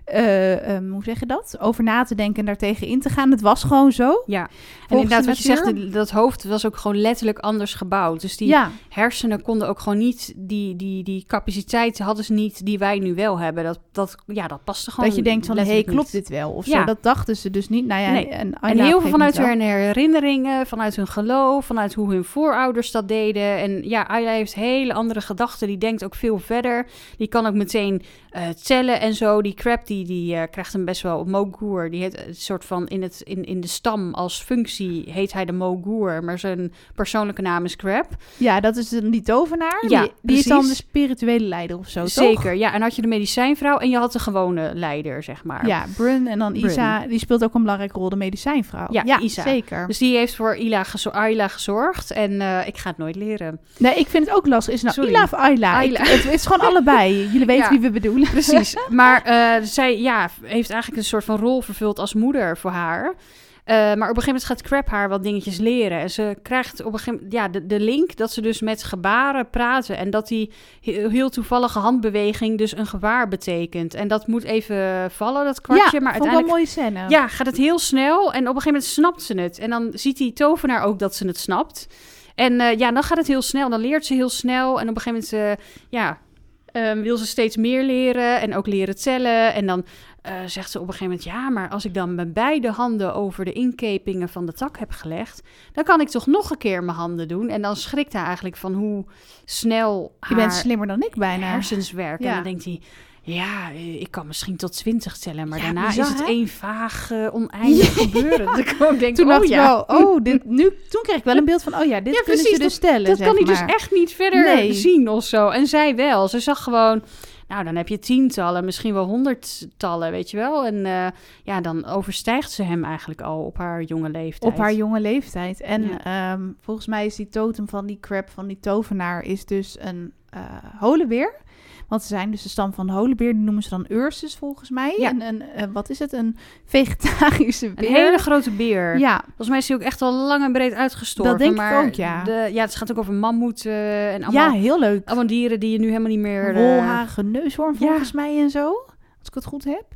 hoe zeg je dat? Over na te denken en daartegen in te gaan. Het was gewoon zo. Ja, en inderdaad wat je zegt, dat hoofd was ook gewoon letterlijk anders gebouwd. Dus die hersenen konden ook gewoon niet, die capaciteit hadden ze niet die wij nu wel hebben. Dat paste gewoon. Dat je denkt van, klopt dit wel? Of zo, dat dachten ze dus niet. Nou ja, nee. En heel veel vanuit hun herinneringen, vanuit hun geloof, vanuit hoe hun voorouders dat deden. En Ayla heeft hele andere gedachten. Die denkt ook veel verder. Die kan ook meteen tellen en zo. Die crab, die krijgt hem best wel Mogoer. Die heet een soort van in de stam als functie heet hij de Mogoer, maar zijn persoonlijke naam is Crab. Ja, dat is die tovenaar. Ja, die is dan de spirituele leider of zo, Zeker, toch? ja. En had je de medicijnvrouw en je had de gewone leider, zeg maar. Ja, Brun en dan Isa, die speelt ook een belangrijke rol, de medicijnvrouw. Ja, Isa. Zeker. Dus die heeft voor Ayla gezorgd en ik ga het nooit leren. Nee, ik vind het ook lastig. Is nou Ila of Ayla? Het is gewoon allebei. Jullie weten wie we bedoelen. Precies. Maar zij heeft eigenlijk een soort van rol vervuld als moeder voor haar. Maar op een gegeven moment gaat Crab haar wat dingetjes leren. En ze krijgt op een gegeven moment de link dat ze dus met gebaren praten. En dat die heel toevallige handbeweging dus een gebaar betekent. En dat moet even vallen, dat kwartje. Maar uiteindelijk, wel een mooie scène. Ja, gaat het heel snel. En op een gegeven moment snapt ze het. En dan ziet die tovenaar ook dat ze het snapt. En dan gaat het heel snel. Dan leert ze heel snel. En op een gegeven moment wil ze steeds meer leren. En ook leren tellen. En dan zegt ze op een gegeven moment, maar als ik dan mijn beide handen over de inkepingen van de tak heb gelegd, dan kan ik toch nog een keer mijn handen doen. En dan schrikt hij eigenlijk van hoe snel haar... Je bent slimmer dan ik bijna. ...hersens werken. Ja. En dan denkt hij, ik kan misschien tot 20 tellen, maar daarna bizar, is het één vaag oneindig gebeuren. Dat ik ook denk, toen dacht ik wel, toen kreeg ik wel een beeld van, dit kunnen ze dus stellen. Dat kan hij dus echt niet verder zien of zo. En zij wel. Ze zag gewoon Nou, dan heb je tientallen, misschien wel 100-tallen, weet je wel. En dan overstijgt ze hem eigenlijk al op haar jonge leeftijd. Op haar jonge leeftijd. En volgens mij is die totem van die crab, van die tovenaar, is dus een holenbeer. Want ze zijn dus de stam van de holenbeer. Die noemen ze dan Ursus volgens mij. Ja. Wat is het? Een vegetarische beer. Een hele grote beer. Ja. Volgens mij is hij ook echt al lang en breed uitgestorven. Dat denk ik ook, ja. Het gaat ook over mammoeten en allemaal, heel leuk. allemaal dieren die je nu helemaal niet meer... Wolharige neushoorn volgens mij en zo. Als ik het goed heb.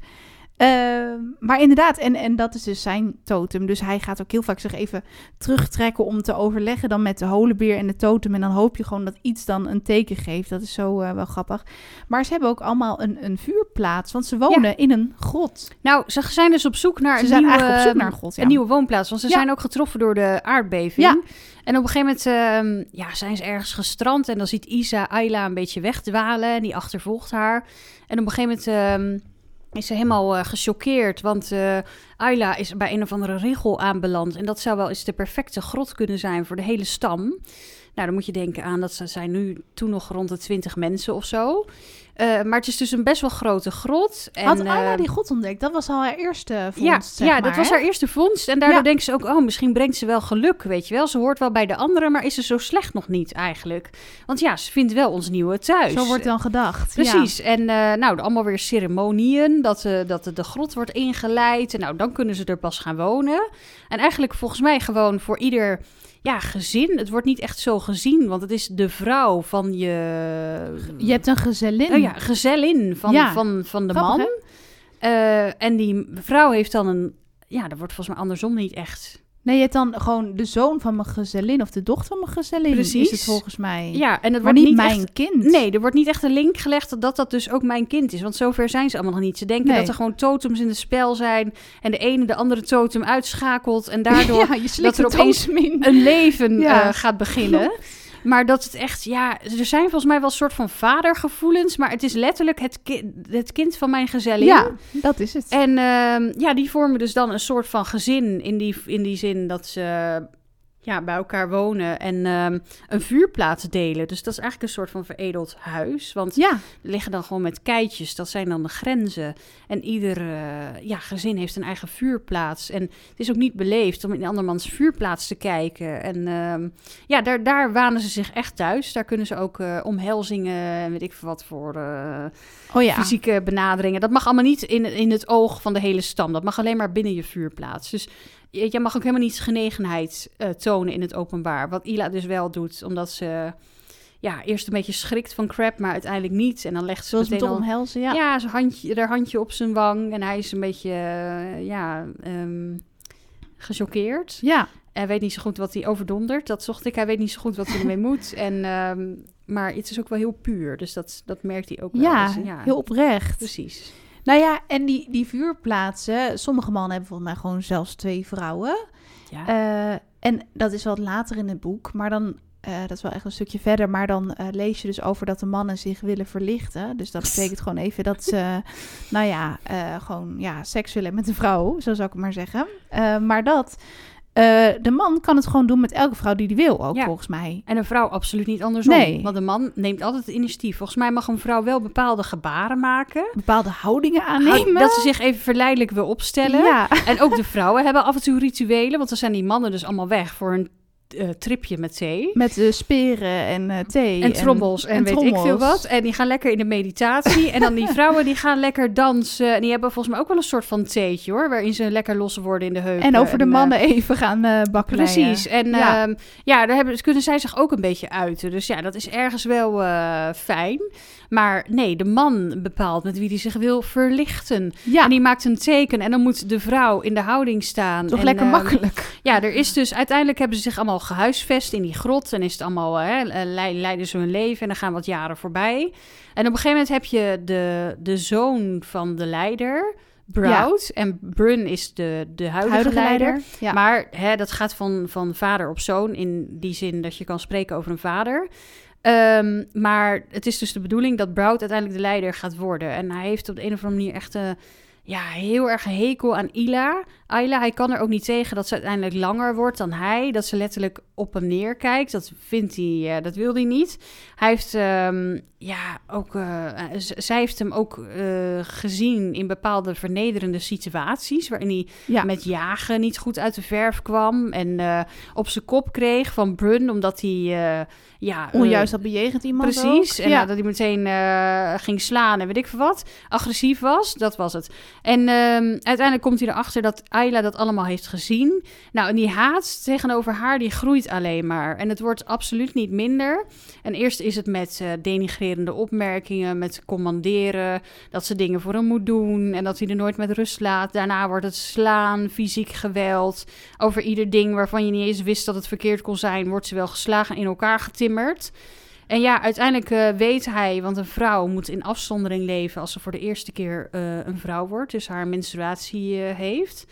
Maar inderdaad, en dat is dus zijn totem. Dus hij gaat ook heel vaak zich even terugtrekken om te overleggen dan met de holenbeer en de totem. En dan hoop je gewoon dat iets dan een teken geeft. Dat is zo wel grappig. Maar ze hebben ook allemaal een vuurplaats, want ze wonen in een grot. Nou, ze zijn dus op zoek naar een nieuwe woonplaats. Want ze zijn ook getroffen door de aardbeving. Ja. En op een gegeven moment zijn ze ergens gestrand. En dan ziet Ayla een beetje wegdwalen. En die achtervolgt haar. En op een gegeven moment... is ze helemaal gechoqueerd, want Ayla is bij een of andere richel aanbeland. En dat zou wel eens de perfecte grot kunnen zijn voor de hele stam. Nou, dan moet je denken aan dat ze zijn nu toen nog rond de 20 mensen of zo. Maar het is dus een best wel grote grot. En, had Ayla die grot ontdekt? Dat was al haar eerste vondst, dat was haar eerste vondst. En daardoor denken ze ook, misschien brengt ze wel geluk, weet je wel. Ze hoort wel bij de anderen, maar is ze zo slecht nog niet eigenlijk. Want ze vindt wel ons nieuwe thuis. Zo wordt dan gedacht. Precies. Ja. En allemaal weer ceremonieën, dat de grot wordt ingeleid. En dan kunnen ze er pas gaan wonen. En eigenlijk volgens mij gewoon voor ieder... gezin. Het wordt niet echt zo gezien, want het is de vrouw van je... Je hebt een gezellin. Oh ja, gezellin van de man. En die vrouw heeft dan een... Ja, dat wordt volgens mij andersom niet echt... Nee, je hebt dan gewoon de zoon van mijn gezellin of de dochter van mijn gezellin. Precies. Is het volgens mij. Ja, en het maar wordt niet mijn echt, kind. Nee, er wordt niet echt een link gelegd dat dus ook mijn kind is. Want zover zijn ze allemaal nog niet. Ze denken dat er gewoon totems in het spel zijn. En de ene de andere totem uitschakelt. En daardoor dat er opeens een leven gaat beginnen. Klopt. Maar dat het echt, er zijn volgens mij wel een soort van vadergevoelens. Maar het is letterlijk het kind van mijn gezellin. Ja, dat is het. En die vormen dus dan een soort van gezin in die zin dat ze... bij elkaar wonen en een vuurplaats delen. Dus dat is eigenlijk een soort van veredeld huis. Want er liggen dan gewoon met keitjes. Dat zijn dan de grenzen. En ieder gezin heeft een eigen vuurplaats. En het is ook niet beleefd om in andermans vuurplaats te kijken. En daar wanen ze zich echt thuis. Daar kunnen ze ook omhelzingen en weet ik veel wat voor fysieke benaderingen. Dat mag allemaal niet in het oog van de hele stam. Dat mag alleen maar binnen je vuurplaats. Dus... jij mag ook helemaal niet genegenheid tonen in het openbaar. Wat Ayla dus wel doet, omdat ze eerst een beetje schrikt van Crab, maar uiteindelijk niet. En dan legt ze meteen al... omhelzen, haar handje op zijn wang. En hij is een beetje, gechoqueerd. Ja. Hij weet niet zo goed wat hij overdondert. Dat zocht ik. Hij weet niet zo goed wat hij ermee moet. En, maar het is ook wel heel puur. Dus dat merkt hij ook wel. Ja, dus, heel oprecht. Precies. Nou ja, en die vuurplaatsen... Sommige mannen hebben volgens mij gewoon zelfs 2 vrouwen. Ja. En dat is wat later in het boek. Maar dan... dat is wel echt een stukje verder. Maar dan lees je dus over dat de mannen zich willen verlichten. Dus dat betekent gewoon even dat ze... gewoon seks willen met een vrouw. Zo zou ik het maar zeggen. Maar dat... de man kan het gewoon doen met elke vrouw die wil ook, volgens mij. En een vrouw absoluut niet andersom. Nee. Want de man neemt altijd het initiatief. Volgens mij mag een vrouw wel bepaalde gebaren maken. Bepaalde houdingen aannemen. Dat ze zich even verleidelijk wil opstellen. Ja. En ook de vrouwen hebben af en toe rituelen. Want dan zijn die mannen dus allemaal weg voor een tripje met thee. Met speren en thee. En trommels en weet ik veel wat. En die gaan lekker in de meditatie. En dan die vrouwen die gaan lekker dansen. En die hebben volgens mij ook wel een soort van theetje hoor. Waarin ze lekker los worden in de heupen. En over de mannen even gaan bakken. Precies. En daar kunnen zij zich ook een beetje uiten. Dus dat is ergens wel fijn. Maar nee, de man bepaalt met wie hij zich wil verlichten. Ja. En die maakt een teken. En dan moet de vrouw in de houding staan. Toch lekker makkelijk. Er is dus... Uiteindelijk hebben ze zich allemaal gehuisvest in die grot. En is het allemaal... leiden ze hun leven. En dan gaan wat jaren voorbij. En op een gegeven moment heb je de zoon van de leider... Broud. Ja. En Brun is de huidige leider. Ja. Maar dat gaat van vader op zoon. In die zin dat je kan spreken over een vader... maar het is dus de bedoeling dat Broud uiteindelijk de leider gaat worden. En hij heeft op de een of andere manier echt heel erg een hekel aan Ayla. Ayla. Hij kan er ook niet tegen dat ze uiteindelijk langer wordt dan hij. Dat ze letterlijk op hem neerkijkt. Dat vindt hij, dat wil hij niet. Hij heeft zij heeft hem ook gezien in bepaalde vernederende situaties. Waarin hij met jagen niet goed uit de verf kwam. En op zijn kop kreeg van Brun. Omdat hij onjuist had bejegend iemand. Precies. Ook. En dat hij meteen ging slaan en weet ik veel wat. Agressief was. Dat was het. En uiteindelijk komt hij erachter dat Ayla dat allemaal heeft gezien. Nou, en die haat tegenover haar, die groeit alleen maar. En het wordt absoluut niet minder. En eerst is het met denigrerende opmerkingen, met commanderen, dat ze dingen voor hem moet doen en dat hij er nooit met rust laat. Daarna wordt het slaan, fysiek geweld. Over ieder ding waarvan je niet eens wist dat het verkeerd kon zijn, wordt ze wel geslagen en in elkaar getimmerd. En ja, uiteindelijk weet hij, want een vrouw moet in afzondering leven als ze voor de eerste keer een vrouw wordt, dus haar menstruatie heeft.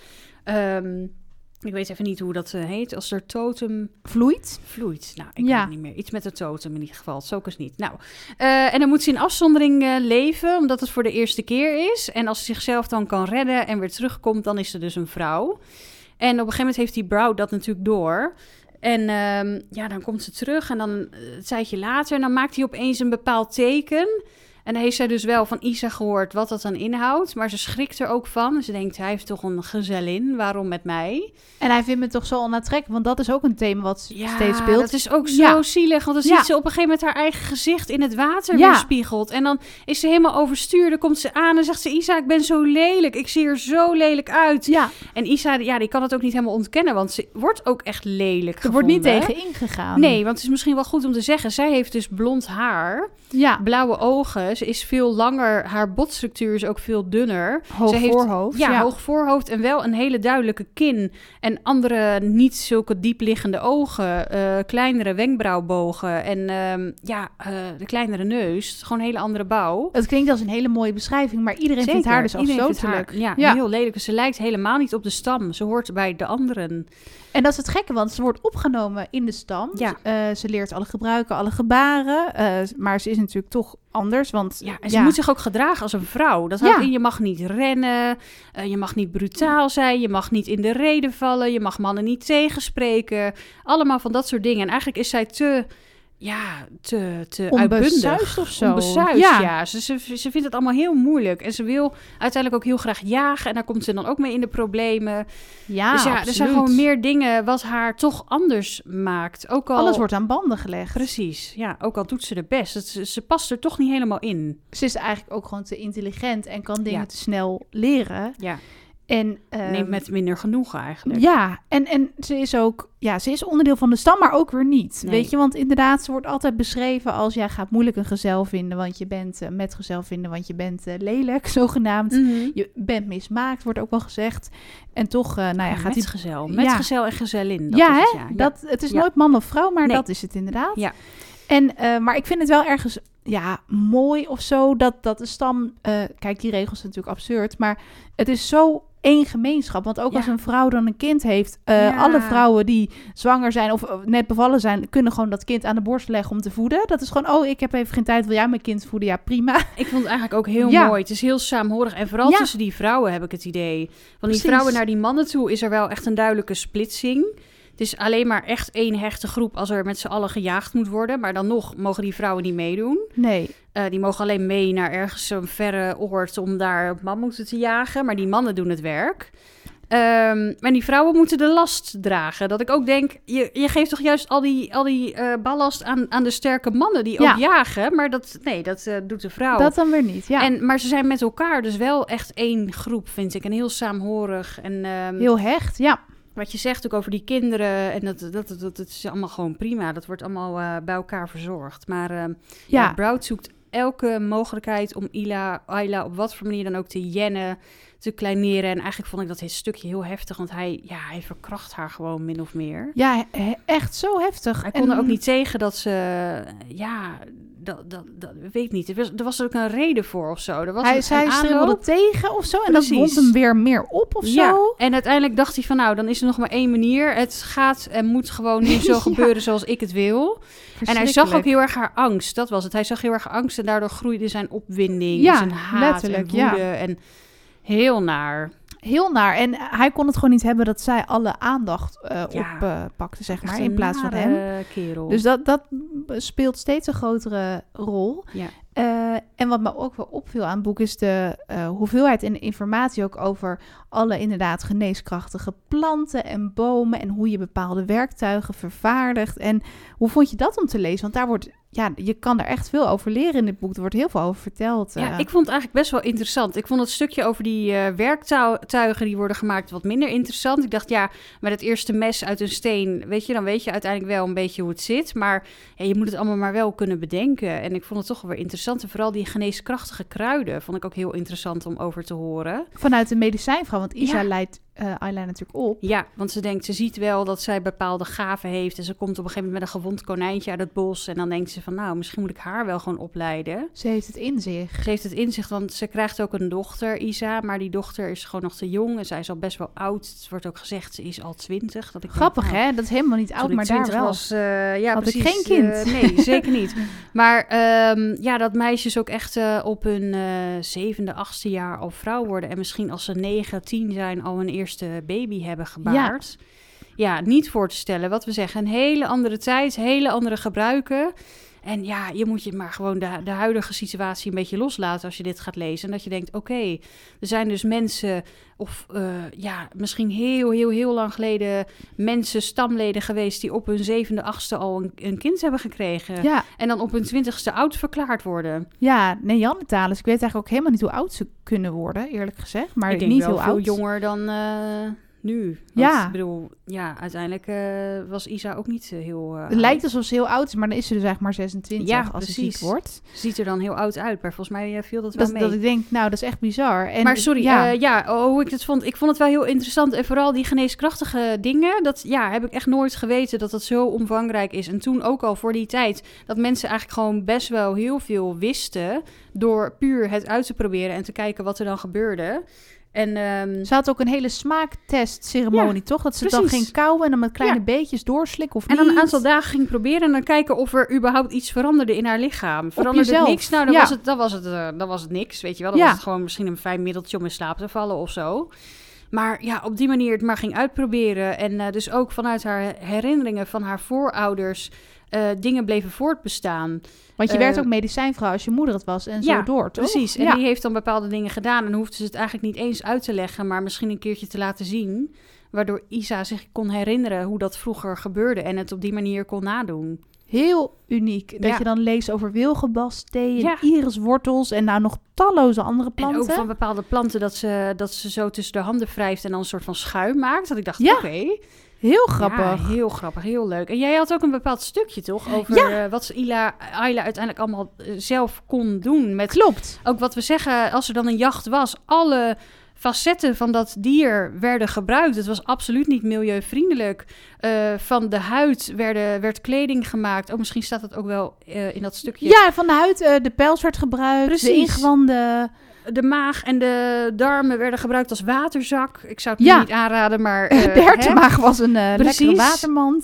Ik weet even niet hoe dat heet. Als er totem... Vloeit. Nou, ik weet het niet meer. Iets met de totem in ieder geval. Zo is niet. Nou, en dan moet ze in afzondering leven, omdat het voor de eerste keer is. En als ze zichzelf dan kan redden en weer terugkomt, dan is ze dus een vrouw. En op een gegeven moment heeft die Brow dat natuurlijk door. En dan komt ze terug en dan een tijdje later, dan maakt hij opeens een bepaald teken. En dan heeft zij dus wel van Isa gehoord wat dat dan inhoudt. Maar ze schrikt er ook van. Ze denkt, hij heeft toch een gezellin. Waarom met mij? En hij vindt me toch zo onaantrekkelijk. Want dat is ook een thema wat steeds speelt. Dat is ook zo zielig. Want dan ziet ze op een gegeven moment haar eigen gezicht in het water weerspiegeld. En dan is ze helemaal overstuur. Dan komt ze aan en zegt ze, Isa, ik ben zo lelijk. Ik zie er zo lelijk uit. Ja. En Isa, die kan het ook niet helemaal ontkennen. Want ze wordt ook echt lelijk gevonden. Er wordt niet tegen ingegaan. Nee, want het is misschien wel goed om te zeggen. Zij heeft dus blond haar. Ja. Blauwe ogen. Ze is veel langer. Haar botstructuur is ook veel dunner. Voorhoofd. Hoog voorhoofd en wel een hele duidelijke kin. En andere niet zulke diepliggende ogen. Kleinere wenkbrauwbogen. En de kleinere neus. Gewoon een hele andere bouw. Het klinkt als een hele mooie beschrijving. Maar iedereen vindt haar dus afstotelijk. Ja, heel lelijk. Ze lijkt helemaal niet op de stam. Ze hoort bij de anderen. En dat is het gekke, want ze wordt opgenomen in de stam. Ja. Ze leert alle gebruiken, alle gebaren. Maar ze is natuurlijk toch anders. Want, ze moet zich ook gedragen als een vrouw. Dat houdt in, je mag niet rennen. Je mag niet brutaal zijn. Je mag niet in de reden vallen. Je mag mannen niet tegenspreken. Allemaal van dat soort dingen. En eigenlijk is zij te uitbundig of zo. Onbesuisd, Ze vindt het allemaal heel moeilijk. En ze wil uiteindelijk ook heel graag jagen. En daar komt ze dan ook mee in de problemen. Ja, dus absoluut. Er zijn gewoon meer dingen wat haar toch anders maakt. Ook al... Alles wordt aan banden gelegd. Precies, ja. Ook al doet ze er best. Ze past er toch niet helemaal in. Ze is eigenlijk ook gewoon te intelligent en kan dingen te snel leren. Ja. En neemt met minder genoegen eigenlijk. Ja, en ze is ook... Ja, ze is onderdeel van de stam, maar ook weer niet. Nee. Weet je, want inderdaad, ze wordt altijd beschreven als... jij gaat moeilijk een gezel vinden, want je bent... metgezel vinden, want je bent lelijk, zogenaamd. Mm-hmm. Je bent mismaakt, wordt ook wel gezegd. En toch, gaat metgezel. Metgezel en gezellin. Het is nooit man of vrouw, maar dat is het inderdaad. Ja. En, maar ik vind het wel ergens mooi of zo dat de stam... kijk, die regels zijn natuurlijk absurd, maar het is zo één gemeenschap. Want ook als een vrouw dan een kind heeft... alle vrouwen die zwanger zijn of net bevallen zijn... kunnen gewoon dat kind aan de borst leggen om te voeden. Dat is gewoon, ik heb even geen tijd, wil jij mijn kind voeden? Ja, prima. Ik vond het eigenlijk ook heel mooi. Het is heel saamhorig. En vooral tussen die vrouwen heb ik het idee. Van die vrouwen naar die mannen toe is er wel echt een duidelijke splitsing. Het is alleen maar echt één hechte groep als er met z'n allen gejaagd moet worden. Maar dan nog mogen die vrouwen niet meedoen. Nee. Die mogen alleen mee naar ergens zo'n verre oord om daar mammoeten te jagen. Maar die mannen doen het werk. Maar die vrouwen moeten de last dragen. Dat ik ook denk, je geeft toch juist al die ballast aan de sterke mannen die ook jagen. Maar dat doet de vrouw. Dat dan weer niet, ja. Maar ze zijn met elkaar dus wel echt één groep, vind ik. En heel saamhorig. En, heel hecht, ja. Wat je zegt ook over die kinderen, en dat is allemaal gewoon prima. Dat wordt allemaal bij elkaar verzorgd. Maar Brow zoekt elke mogelijkheid om Ayla op wat voor manier dan ook te jennen, te kleineren. En eigenlijk vond ik dat stukje heel heftig, want hij verkracht haar gewoon min of meer. Ja, echt zo heftig. Hij kon er ook niet tegen dat ze, dat weet ik niet. Er was ook een reden voor of zo. Hij streelde tegen of zo en dat wond hem weer meer op of zo. En uiteindelijk dacht hij van dan is er nog maar één manier. Het gaat en moet gewoon nu zo gebeuren zoals ik het wil. En hij zag ook heel erg haar angst. Dat was het. Hij zag heel erg angst en daardoor groeide zijn opwinding, zijn haat en woede en heel naar. Heel naar. En hij kon het gewoon niet hebben dat zij alle aandacht oppakte, zeg maar, in plaats van hem. Kerel. Dus dat speelt steeds een grotere rol. Ja. En wat me ook wel opviel aan het boek is de hoeveelheid en informatie ook over alle inderdaad geneeskrachtige planten en bomen en hoe je bepaalde werktuigen vervaardigt. En hoe vond je dat om te lezen? Want daar wordt, je kan er echt veel over leren in dit boek. Er wordt heel veel over verteld. Ja, ik vond het eigenlijk best wel interessant. Ik vond het stukje over die werktuigen die worden gemaakt wat minder interessant. Ik dacht, met het eerste mes uit een steen, dan weet je uiteindelijk wel een beetje hoe het zit. Maar je moet het allemaal maar wel kunnen bedenken. En ik vond het toch wel weer interessant. En vooral die geneeskrachtige kruiden vond ik ook heel interessant om over te horen. Vanuit de medicijnvrouw, want Isa leidt Ayla natuurlijk op. Ja, want ze ziet wel dat zij bepaalde gaven heeft. En ze komt op een gegeven moment met een gewond konijntje uit het bos. En dan denkt ze van, nou, misschien moet ik haar wel gewoon opleiden. Ze heeft het in zich. Want ze krijgt ook een dochter, Isa. Maar die dochter is gewoon nog te jong. En zij is al best wel oud. Het wordt ook gezegd, ze is al 20. Grappig, hè? Dat is helemaal niet oud, maar daar wel. Was, had precies, ik geen kind. Nee, zeker niet. Maar dat meisjes ook echt op hun 7e, 8e jaar al vrouw worden. En misschien als ze 9, 10 zijn al hun eerste baby hebben gebaard. Ja, niet voor te stellen. Wat we zeggen, een hele andere tijd, hele andere gebruiken. En je moet je maar gewoon de huidige situatie een beetje loslaten als je dit gaat lezen. En dat je denkt, oké, er zijn dus mensen of misschien heel, heel, heel lang geleden mensen, stamleden geweest die op hun 7e, 8e al een kind hebben gekregen. Ja. En dan op hun 20ste oud verklaard worden. Ja, Neandertalers. Ik weet eigenlijk ook helemaal niet hoe oud ze kunnen worden, eerlijk gezegd. Maar ik denk niet wel heel veel oud. Jonger dan nu. Want, ik bedoel, uiteindelijk was Isa ook niet heel Het lijkt alsof ze heel oud is, maar dan is ze dus eigenlijk maar 26 als ze ziek wordt. Ziet er dan heel oud uit, maar volgens mij viel dat wel mee. Dat ik denk, nou, dat is echt bizar. En maar sorry, hoe ik het vond. Ik vond het wel heel interessant. En vooral die geneeskrachtige dingen, dat heb ik echt nooit geweten dat dat zo omvangrijk is. En toen ook al voor die tijd, dat mensen eigenlijk gewoon best wel heel veel wisten door puur het uit te proberen en te kijken wat er dan gebeurde. En, ze had ook een hele smaaktestceremonie, toch? Dat ze precies. Dan ging kauwen en dan met kleine beetjes doorslikken of niet. En dan een aantal dagen ging proberen en dan kijken of er überhaupt iets veranderde in haar lichaam. Veranderde het niks? Nou, dan was het niks, weet je wel. Dan was het gewoon misschien een fijn middeltje om in slaap te vallen of zo. Maar op die manier het maar ging uitproberen. En dus ook vanuit haar herinneringen van haar voorouders dingen bleven voortbestaan. Want je werd ook medicijnvrouw als je moeder het was en zo door, toch? Precies. En die heeft dan bepaalde dingen gedaan en hoefde ze het eigenlijk niet eens uit te leggen, maar misschien een keertje te laten zien, waardoor Isa zich kon herinneren hoe dat vroeger gebeurde en het op die manier kon nadoen. Heel uniek. Dat je dan leest over wilgebas, thee en iriswortels en nou nog talloze andere planten. En ook van bepaalde planten dat ze zo tussen de handen wrijft en dan een soort van schuim maakt. Dat ik dacht, oké. Heel grappig. Ja, heel grappig, heel leuk. En jij had ook een bepaald stukje, toch? Over wat Ayla uiteindelijk allemaal zelf kon doen. Klopt. Ook wat we zeggen, als er dan een jacht was, alle facetten van dat dier werden gebruikt. Het was absoluut niet milieuvriendelijk. Van de huid werd kleding gemaakt. Misschien staat dat ook wel in dat stukje. Ja, van de huid, de pels werd gebruikt, precies. De ingewanden. De maag en de darmen werden gebruikt als waterzak. Ik zou het niet aanraden, maar... de hertenmaag was een lekkere watermand.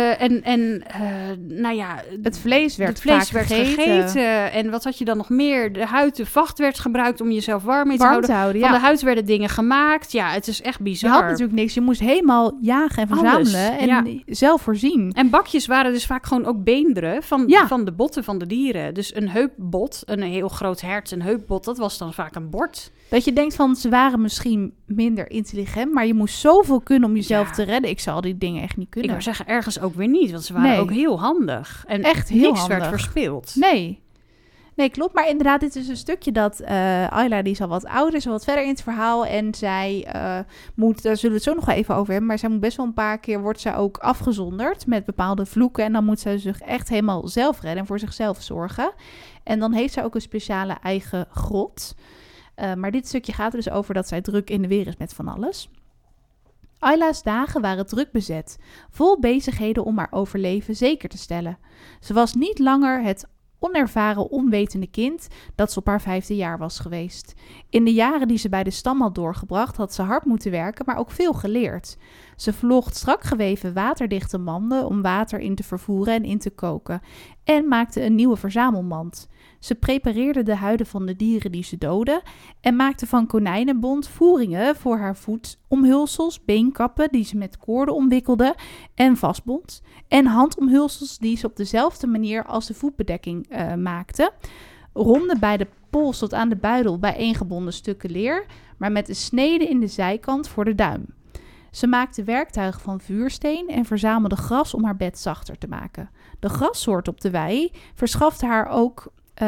Het vlees werd gegeten. En wat had je dan nog meer? De huid, de vacht werd gebruikt om jezelf warm mee te houden. Van de huid werden dingen gemaakt. Ja, het is echt bizar. Je had natuurlijk niks. Je moest helemaal jagen en verzamelen. En zelf voorzien. En bakjes waren dus vaak gewoon ook beenderen van de botten van de dieren. Dus een heupbot, een heel groot hert, een heupbot, dat was dan vaak een bord. Dat je denkt van, ze waren misschien minder intelligent, maar je moest zoveel kunnen om jezelf te redden. Ik zou al die dingen echt niet kunnen. Ik zou zeggen, ergens ook weer niet, want ze waren ook heel handig. En echt heel niks handig. werd verspeeld. Nee, klopt. Maar inderdaad, dit is een stukje dat Ayla, die is al wat ouder, is al wat verder in het verhaal. En zij moet, daar zullen we het zo nog wel even over hebben, maar zij moet best wel een paar keer, wordt zij ook afgezonderd met bepaalde vloeken. En dan moet zij zich echt helemaal zelf redden en voor zichzelf zorgen. En dan heeft zij ook een speciale eigen grot. Maar dit stukje gaat er dus over dat zij druk in de weer is met van alles. Ayla's dagen waren druk bezet, vol bezigheden om haar overleven zeker te stellen. Ze was niet langer het onervaren, onwetende kind dat ze op haar 5e jaar was geweest. In de jaren die ze bij de stam had doorgebracht, had ze hard moeten werken, maar ook veel geleerd. Ze vlocht strak geweven waterdichte manden om water in te vervoeren en in te koken. En maakte een nieuwe verzamelmand. Ze prepareerde de huiden van de dieren die ze doodde en maakte van konijnenbont voeringen voor haar voetomhulsels, beenkappen die ze met koorden omwikkelde en vastbond en handomhulsels die ze op dezelfde manier als de voetbedekking maakte. Ronde bij de pols tot aan de buidel bijeengebonden stukken leer, maar met een snede in de zijkant voor de duim. Ze maakte werktuigen van vuursteen en verzamelde gras om haar bed zachter te maken. De grassoort op de wei verschafte haar ook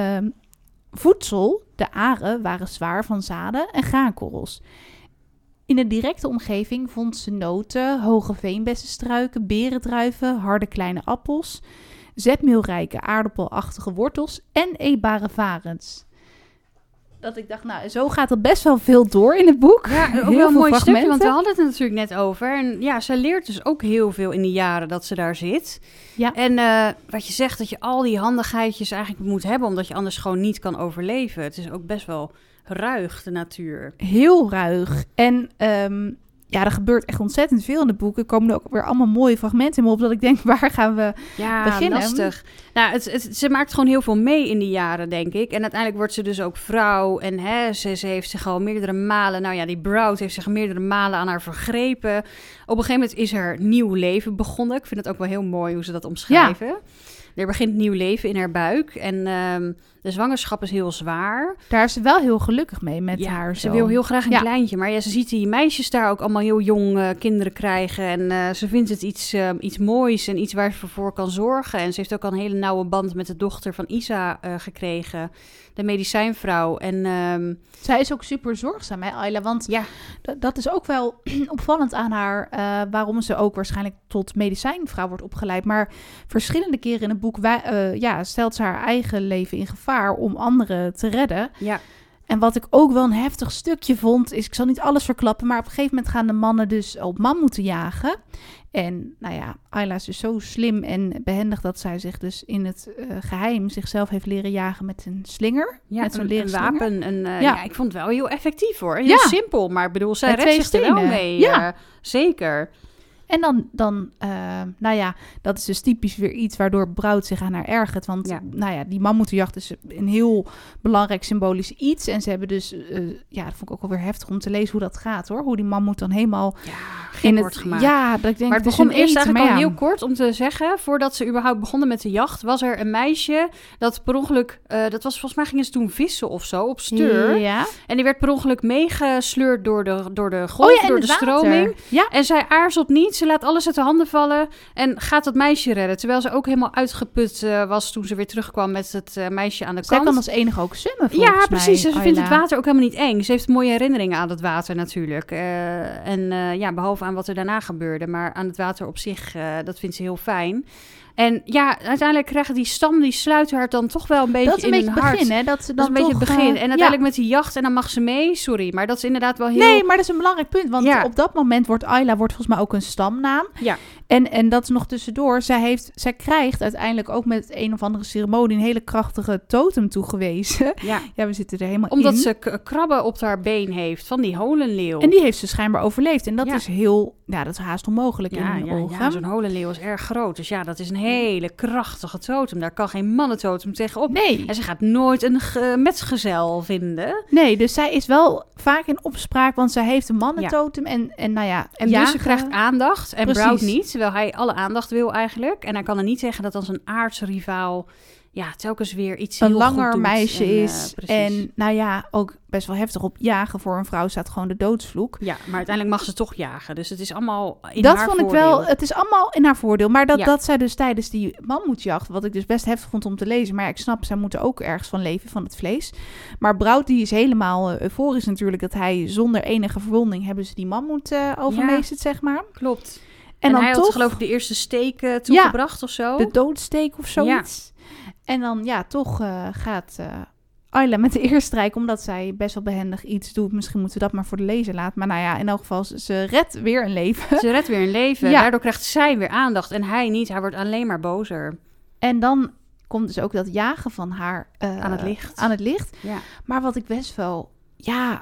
voedsel. De aren waren zwaar van zaden en graankorrels. In de directe omgeving vond ze noten, hoge veenbessenstruiken, berendruiven, harde kleine appels, zetmeelrijke aardappelachtige wortels en eetbare varens. Dat ik dacht, nou, zo gaat er best wel veel door in het boek. Ja, ook heel wel een mooi fragmenten. stukje, want we hadden het er natuurlijk net over. En ja, ze leert dus ook heel veel in de jaren dat ze daar zit. Ja. En wat je zegt, dat je al die handigheidjes eigenlijk moet hebben, omdat je anders gewoon niet kan overleven. Het is ook best wel ruig, de natuur. Heel ruig. En er gebeurt echt ontzettend veel in het boek. Er komen er ook weer allemaal mooie fragmenten in op dat ik denk, waar gaan we beginnen? Lastig. Nou, ze maakt gewoon heel veel mee in die jaren, denk ik. En uiteindelijk wordt ze dus ook vrouw. En ze heeft zich al meerdere malen... Nou ja, die Broud heeft zich meerdere malen aan haar vergrepen. Op een gegeven moment is er nieuw leven begonnen. Ik vind het ook wel heel mooi hoe ze dat omschrijven. Ja. Er begint nieuw leven in haar buik. En de zwangerschap is heel zwaar. Daar is ze wel heel gelukkig mee met haar zoon. Ze wil heel graag een kleintje. Maar ze ziet die meisjes daar ook allemaal heel jong kinderen krijgen. En ze vindt het iets moois en iets waar ze voor kan zorgen. En ze heeft ook al een hele nauwe band met de dochter van Isa gekregen. De medicijnvrouw. En zij is ook super zorgzaam, hè, Ayla? Want dat is ook wel opvallend aan haar. Waarom ze ook waarschijnlijk tot medicijnvrouw wordt opgeleid. Maar verschillende keren in het boek stelt ze haar eigen leven in gevaar om anderen te redden. Ja. En wat ik ook wel een heftig stukje vond, is, ik zal niet alles verklappen, maar op een gegeven moment gaan de mannen dus op mammoeten jagen. En nou ja, Ayla is dus zo slim en behendig dat zij zich dus in het geheim zichzelf heeft leren jagen met een slinger. Ja, met zo'n een wapen. Ik vond het wel heel effectief hoor. Heel simpel, maar ik bedoel, zij redt zich er wel mee. Ja. Zeker. En dan dat is dus typisch weer iets waardoor Broud zich aan haar ergert. Want die mammoetenjacht is een heel belangrijk symbolisch iets. En ze hebben dus, dat vond ik ook alweer heftig om te lezen hoe dat gaat hoor. Hoe die mammoet dan helemaal in wordt gemaakt. Ja, dat ik denk, maar het begon eerst eigenlijk al heel kort om te zeggen. Voordat ze überhaupt begonnen met de jacht, was er een meisje dat per ongeluk, volgens mij gingen ze toen vissen of zo op steur. Ja. En die werd per ongeluk meegesleurd door de golf, door de stroming. Ja. En zij aarzelt niet. Ze laat alles uit de handen vallen en gaat dat meisje redden. Terwijl ze ook helemaal uitgeput was toen ze weer terugkwam met het meisje aan de kant. Zij kan als enige ook zwemmen, volgens mij. Precies. Ze vindt het water ook helemaal niet eng. Ze heeft mooie herinneringen aan het water natuurlijk. Behalve aan wat er daarna gebeurde. Maar aan het water op zich, dat vindt ze heel fijn. En ja, uiteindelijk krijgen die stam, die sluiten haar dan toch wel een beetje in hun hart. Dat is een beetje het begin, hè? Dat is een beetje het begin. En uiteindelijk met die jacht, en dan mag ze mee. Sorry, maar dat is inderdaad wel heel... Nee, maar dat is een belangrijk punt. Want op dat moment wordt Ayla volgens mij ook een stamnaam. Ja. En dat is nog tussendoor. Zij krijgt uiteindelijk ook met een of andere ceremonie een hele krachtige totem toegewezen. Ja, we zitten er helemaal Omdat in. ze krabben op haar been heeft van die holenleeuw. En die heeft ze schijnbaar overleefd. En dat is heel... Ja, dat is haast onmogelijk in mijn ogen. Ja, zo'n holenleeuw is erg groot. Dus ja, dat is een hele krachtige totem. Daar kan geen mannentotem tegenop. Nee. En ze gaat nooit een metgezel vinden. Nee, dus zij is wel vaak in opspraak, want zij heeft een mannentotem. En dus ze krijgt aandacht en Broud niet. Terwijl hij alle aandacht wil eigenlijk. En hij kan er niet zeggen dat als een aardsrivaal telkens weer iets een heel langer goed meisje is. En ook best wel heftig op jagen. Voor een vrouw staat gewoon de doodsvloek. Ja, maar uiteindelijk mag ze toch jagen. Dus het is allemaal in dat haar vond voordeel. Ik wel, het is allemaal in haar voordeel. Maar dat zij dus tijdens die mammoetjacht, wat ik dus best heftig vond om te lezen. Maar ik snap, zij moeten ook ergens van leven, van het vlees. Maar Broud, die is helemaal euforisch natuurlijk. Dat hij zonder enige verwonding hebben ze die mammoet overmeesterd, zeg maar. Klopt. En hij had geloof ik de eerste steek toegebracht of zo. De doodsteek of zoiets. Ja. En dan toch gaat Ayla met de eerstrijk, omdat zij best wel behendig iets doet. Misschien moeten we dat maar voor de lezer laten. Maar in elk geval, ze redt weer een leven. Ze redt weer een leven. Ja. Daardoor krijgt zij weer aandacht en hij niet. Hij wordt alleen maar bozer. En dan komt dus ook dat jagen van haar aan het licht. Ja. Maar wat ik best wel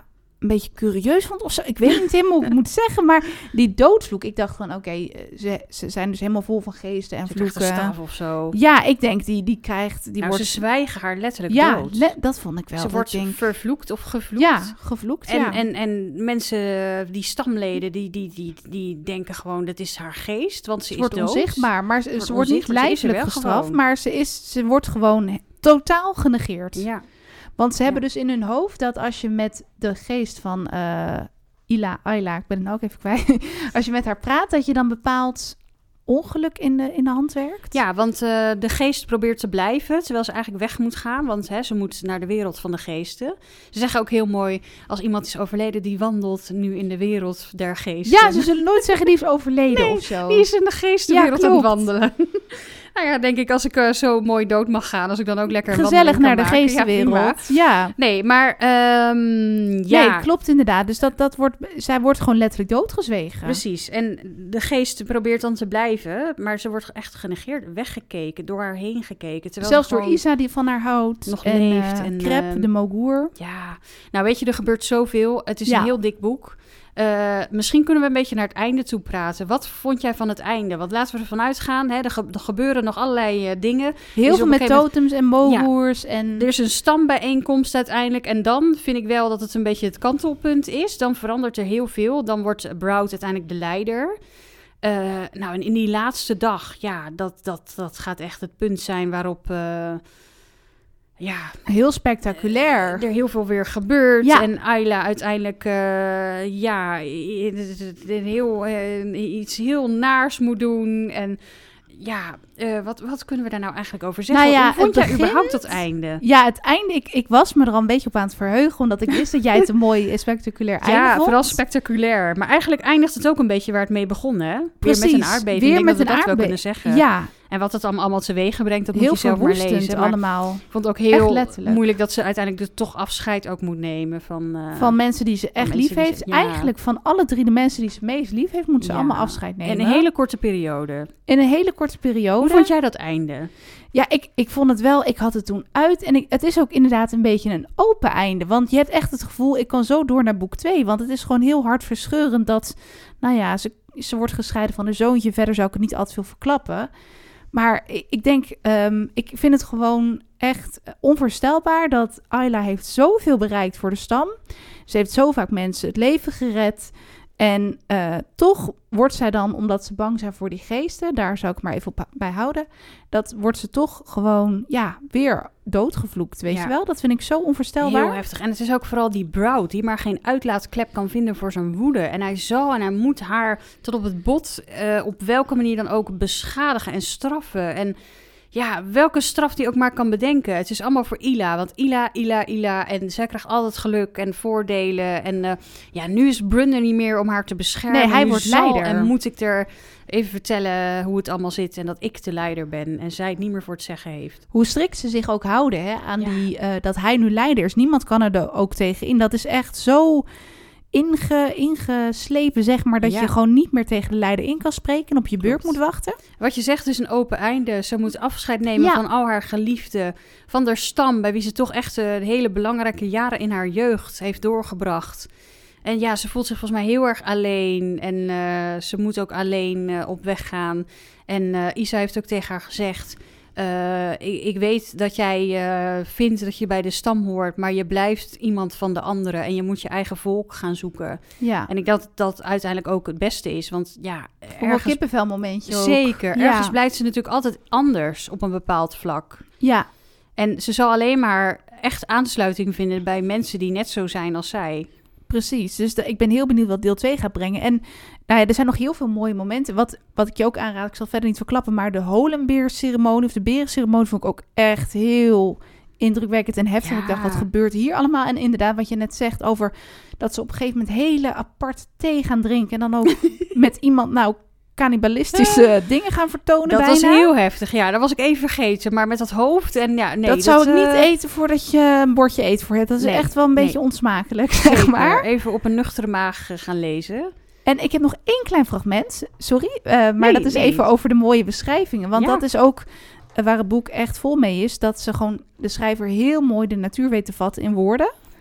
een beetje curieus vond of zo. Ik weet niet helemaal hoe ik moet zeggen, maar die doodsvloek. Ik dacht van, oké, ze zijn dus helemaal vol van geesten en vloeken. Ze staf of zo. Ja, ik denk, die krijgt... Ze zwijgen haar letterlijk dood. Ja, dat vond ik wel. Ze wordt vervloekt of gevloekt. Ja, gevloekt, En mensen, die stamleden, die denken gewoon, dat is haar geest, want ze is wordt dood. Onzichtbaar, maar ze wordt niet lijfelijk gestraft, gewoon. maar ze wordt gewoon totaal genegeerd. Ja. Want ze hebben dus in hun hoofd dat als je met de geest van Ayla, ik ben het nou ook even kwijt. Als je met haar praat, dat je dan bepaald ongeluk in de hand werkt. Ja, want de geest probeert te blijven, terwijl ze eigenlijk weg moet gaan. Want ze moet naar de wereld van de geesten. Ze zeggen ook heel mooi, als iemand is overleden, die wandelt nu in de wereld der geesten. Ja, ze zullen nooit zeggen die is overleden of zo. Die is in de geestenwereld aan het wandelen. Nou ja, denk ik, als ik zo mooi dood mag gaan, als ik dan ook lekker gezellig naar de maken. geestenwereld. Ja. Nee, maar Nee, klopt inderdaad. Dus zij wordt gewoon letterlijk doodgezwegen. Precies. En de geest probeert dan te blijven, maar ze wordt echt genegeerd, weggekeken, door haar heen gekeken. Zelfs door Isa die van haar houdt. Nog leeft. En Crep, de Mogoer. Ja, nou weet je, er gebeurt zoveel. Het is een heel dik boek. Misschien kunnen we een beetje naar het einde toe praten. Wat vond jij van het einde? Want laten we ervan uitgaan, er gebeuren nog allerlei dingen. Heel veel met totems en mogoers. Ja, en er is een stambijeenkomst uiteindelijk. En dan vind ik wel dat het een beetje het kantelpunt is. Dan verandert er heel veel. Dan wordt Broud uiteindelijk de leider. En in die laatste dag, dat gaat echt het punt zijn waarop... heel spectaculair. Er heel veel weer gebeurt. Ja. En Ayla uiteindelijk iets heel naars moet doen. En wat kunnen we daar nou eigenlijk over zeggen? Hoe vond jij überhaupt het einde? Ja, het einde, ik was me er al een beetje op aan het verheugen, omdat ik wist dat jij het een mooi en spectaculair einde vond. Ja, vooral spectaculair. Maar eigenlijk eindigt het ook een beetje waar het mee begon, hè? Precies. Weer met een aardbeving. Weer met dat we dat wel kunnen zeggen. Ja. En wat het allemaal teweeg brengt, dat heel moet je zelf maar lezen. Maar allemaal. Ik vond het ook heel moeilijk dat ze uiteindelijk toch afscheid ook moet nemen van mensen die ze echt lief heeft. Eigenlijk van alle 3 de mensen die ze meest lief heeft, moet ze allemaal afscheid nemen. In een hele korte periode. In een hele korte periode. Hoe vond jij dat einde? Ja, ik vond het wel. Ik had het toen uit. En het is ook inderdaad een beetje een open einde. Want je hebt echt het gevoel, ik kan zo door naar boek 2. Want het is gewoon heel hartverscheurend dat, ze wordt gescheiden van haar zoontje. Verder zou ik het niet al te veel verklappen. Maar ik denk, ik vind het gewoon echt onvoorstelbaar dat Ayla heeft zoveel bereikt voor de stam. Ze heeft zo vaak mensen het leven gered. En toch wordt zij dan, omdat ze bang zijn voor die geesten, daar zou ik maar even bij houden, dat wordt ze toch gewoon, weer doodgevloekt, weet je wel? Dat vind ik zo onvoorstelbaar. Heel heftig. En het is ook vooral die Broud, die maar geen uitlaatklep kan vinden voor zijn woede. En hij moet haar tot op het bot, op welke manier dan ook, beschadigen en straffen. En welke straf die ook maar kan bedenken. Het is allemaal voor Ila. Want Ila. En zij krijgt altijd geluk en voordelen. En nu is Brun er niet meer om haar te beschermen. Nee, hij wordt leider. En moet ik er even vertellen hoe het allemaal zit. En dat ik de leider ben. En zij het niet meer voor het zeggen heeft. Hoe strikt ze zich ook houden aan dat hij nu leider is. Niemand kan er ook tegen in. Dat is echt zo ingeslepen, zeg maar, dat je gewoon niet meer tegen de leider in kan spreken en op je beurt moet wachten. Wat je zegt is een open einde. Ze moet afscheid nemen van al haar geliefden, van haar stam, bij wie ze toch echt de hele belangrijke jaren in haar jeugd heeft doorgebracht. En ze voelt zich volgens mij heel erg alleen en ze moet ook alleen op weg gaan. En Isa heeft ook tegen haar gezegd, ik weet dat jij vindt dat je bij de stam hoort, maar je blijft iemand van de anderen en je moet je eigen volk gaan zoeken. Ja. En ik denk dat dat uiteindelijk ook het beste is, want een kippenvel momentje ook. Zeker. Ergens blijft ze natuurlijk altijd anders op een bepaald vlak. Ja. En ze zal alleen maar echt aansluiting vinden bij mensen die net zo zijn als zij. Precies, dus ik ben heel benieuwd wat deel 2 gaat brengen. En er zijn nog heel veel mooie momenten. Wat ik je ook aanraad, ik zal verder niet verklappen, maar de Holenbeer-ceremonie of de berenceremonie vond ik ook echt heel indrukwekkend en heftig. Ja. Ik dacht, wat gebeurt hier allemaal? En inderdaad, wat je net zegt over dat ze op een gegeven moment hele apart thee gaan drinken en dan ook met iemand, cannibalistische dingen gaan vertonen. Dat was heel heftig, dat was ik even vergeten. Maar met dat hoofd en dat zou ik niet eten voordat je een bordje eten voor hebt. Dat is echt wel een beetje onsmakelijk, zeg maar. Even op een nuchtere maag gaan lezen. En ik heb nog 1 klein fragment, sorry. Maar dat is even over de mooie beschrijvingen. Want dat is ook waar het boek echt vol mee is. Dat ze gewoon de schrijver heel mooi de natuur weet te vatten in woorden.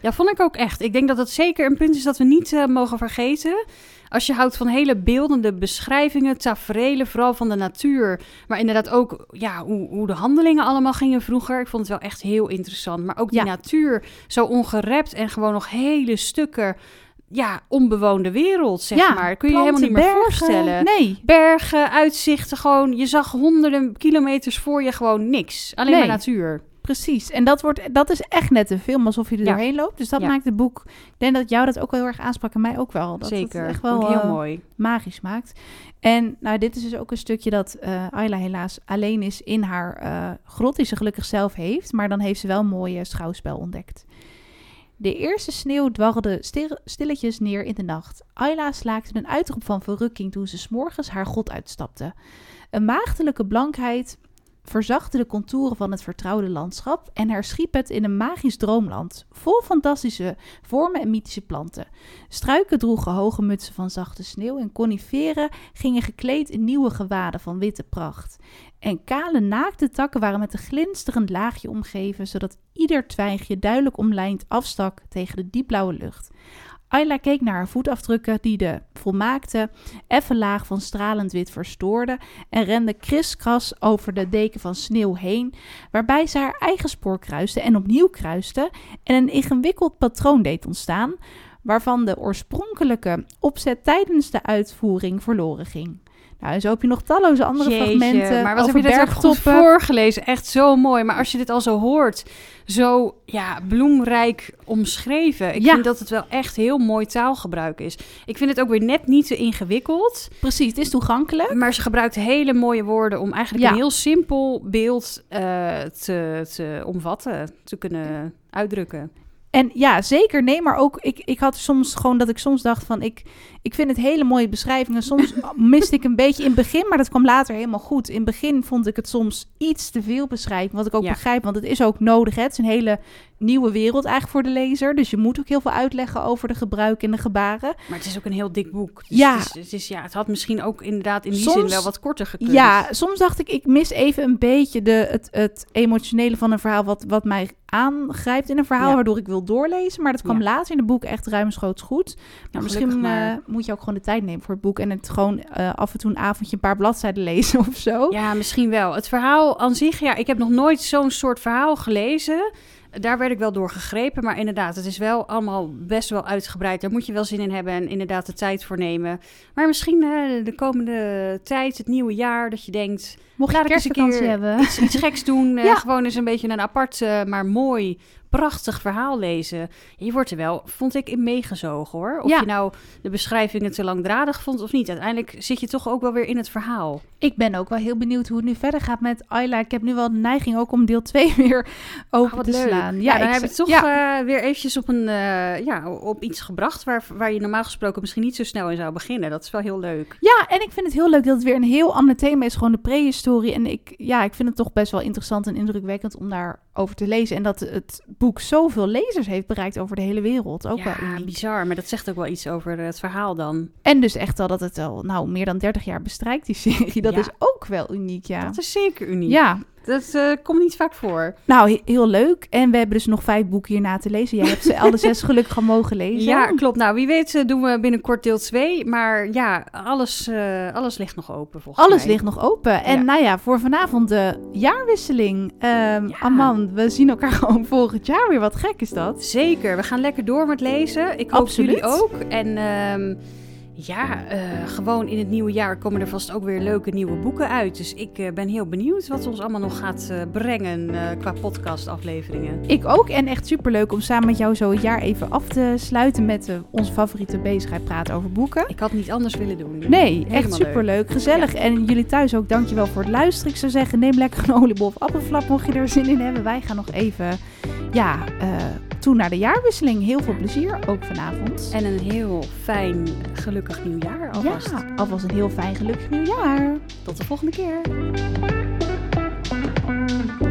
Ja, vond ik ook echt. Ik denk dat dat zeker een punt is dat we niet mogen vergeten. Als je houdt van hele beeldende beschrijvingen, taferelen, vooral van de natuur. Maar inderdaad ook hoe de handelingen allemaal gingen vroeger. Ik vond het wel echt heel interessant. Maar ook die natuur, zo ongerept en gewoon nog hele stukken onbewoonde wereld, zeg maar. Kun je helemaal niet meer voorstellen. Nee. Bergen, uitzichten, gewoon. Je zag honderden kilometers voor je gewoon niks. Alleen maar natuur. Precies. En dat is echt net een film alsof je er doorheen loopt. Dus dat maakt het boek... Ik denk dat jou dat ook wel heel erg aansprak en mij ook wel. Dat Zeker. Het echt wel heel mooi. Magisch maakt. En nou, dit is dus ook een stukje dat Ayla helaas alleen is in haar grot die ze gelukkig zelf heeft. Maar dan heeft ze wel een mooie schouwspel ontdekt. De eerste sneeuw dwarrelde stilletjes neer in de nacht. Ayla slaakte een uitroep van verrukking toen ze 's morgens haar grot uitstapte. Een maagdelijke blankheid verzachtte de contouren van het vertrouwde landschap en herschiep het in een magisch droomland, vol fantastische vormen en mythische planten. Struiken droegen hoge mutsen van zachte sneeuw en coniferen gingen gekleed in nieuwe gewaden van witte pracht. En kale naakte takken waren met een glinsterend laagje omgeven, zodat ieder twijgje duidelijk omlijnd afstak tegen de diepblauwe lucht. Ayla keek naar haar voetafdrukken die de volmaakte, effen laag van stralend wit verstoorden en rende kriskras over de deken van sneeuw heen, waarbij ze haar eigen spoor kruiste en opnieuw kruiste en een ingewikkeld patroon deed ontstaan, waarvan de oorspronkelijke opzet tijdens de uitvoering verloren ging. Nou, en zo heb je nog talloze andere fragmenten. Maar wat heb je dat ook goed voorgelezen? Echt zo mooi. Maar als je dit al zo hoort, zo bloemrijk omschreven. Ik vind dat het wel echt heel mooi taalgebruik is. Ik vind het ook weer net niet te ingewikkeld. Precies, het is toegankelijk. Maar ze gebruikt hele mooie woorden om eigenlijk een heel simpel beeld te omvatten, te kunnen uitdrukken. En ja, zeker. Nee, maar ook ik had soms gewoon dat ik soms dacht van ik vind het hele mooie beschrijvingen. Soms miste ik een beetje in het begin, maar dat kwam later helemaal goed. In het begin vond ik het soms iets te veel beschrijven, wat ik ook begrijp, want het is ook nodig. Hè? Het is een hele nieuwe wereld eigenlijk voor de lezer, dus je moet ook heel veel uitleggen over de gebruik en de gebaren. Maar het is ook een heel dik boek. Dus het had misschien ook inderdaad in die zin wel wat korter gekund. Ja, soms dacht ik mis even een beetje het emotionele van een verhaal wat mij aangrijpt in een verhaal, waardoor ik wil doorlezen. Maar dat kwam later in het boek echt ruimschoots goed. Maar misschien moet je ook gewoon de tijd nemen voor het boek en het gewoon af en toe een avondje een paar bladzijden lezen of zo. Ja, misschien wel. Het verhaal aan zich, ik heb nog nooit zo'n soort verhaal gelezen. Daar werd ik wel door gegrepen, maar inderdaad, het is wel allemaal best wel uitgebreid. Daar moet je wel zin in hebben en inderdaad de tijd voor nemen. Maar misschien de komende tijd, het nieuwe jaar, dat je denkt, mocht je kerstvakantie hebben, iets geks doen. Gewoon eens een beetje een apart, maar mooi, prachtig verhaal lezen. Je wordt er wel, vond ik, in meegezogen, hoor. Of je nou de beschrijvingen te langdradig vond of niet. Uiteindelijk zit je toch ook wel weer in het verhaal. Ik ben ook wel heel benieuwd hoe het nu verder gaat met Ayla. Ik heb nu wel de neiging ook om deel 2 weer open te slaan. Ja, dan heb je toch weer eventjes op iets gebracht waar je normaal gesproken misschien niet zo snel in zou beginnen. Dat is wel heel leuk. Ja, en ik vind het heel leuk dat het weer een heel ander thema is, gewoon de prehistorie. En ik vind het toch best wel interessant en indrukwekkend om daarover te lezen. En dat het boek zoveel lezers heeft bereikt over de hele wereld. Ook wel uniek. Bizar, maar dat zegt ook wel iets over het verhaal dan. En dus echt al dat het al meer dan 30 jaar bestrijkt, die serie. Dat is ook wel uniek, Dat is zeker uniek. Ja. Dat komt niet vaak voor. Nou, heel leuk. En we hebben dus nog 5 boeken hierna te lezen. Jij hebt ze alle 6 gelukkig al mogen lezen. Ja, klopt. Nou, wie weet doen we binnenkort deel 2. Maar alles ligt nog open volgens mij. Alles ligt nog open. En voor vanavond de jaarwisseling. Amman, we zien elkaar gewoon volgend jaar weer. Wat gek is dat? Zeker. We gaan lekker door met lezen. Ik hoop jullie ook. En gewoon in het nieuwe jaar komen er vast ook weer leuke nieuwe boeken uit. Dus ik ben heel benieuwd wat ons allemaal nog gaat brengen qua podcastafleveringen. Ik ook. En echt superleuk om samen met jou zo het jaar even af te sluiten met onze favoriete bezigheid praten over boeken. Ik had niet anders willen doen. Nee, helemaal echt superleuk. Gezellig. Ja. En jullie thuis ook, dankjewel voor het luisteren. Ik zou zeggen, neem lekker een oliebol of appelflap mocht je er zin in hebben. Wij gaan nog even toe naar de jaarwisseling. Heel veel plezier, ook vanavond. En een heel fijn, gelukkig nieuwjaar alvast. Ja, alvast een heel fijn, gelukkig nieuwjaar. Tot de volgende keer.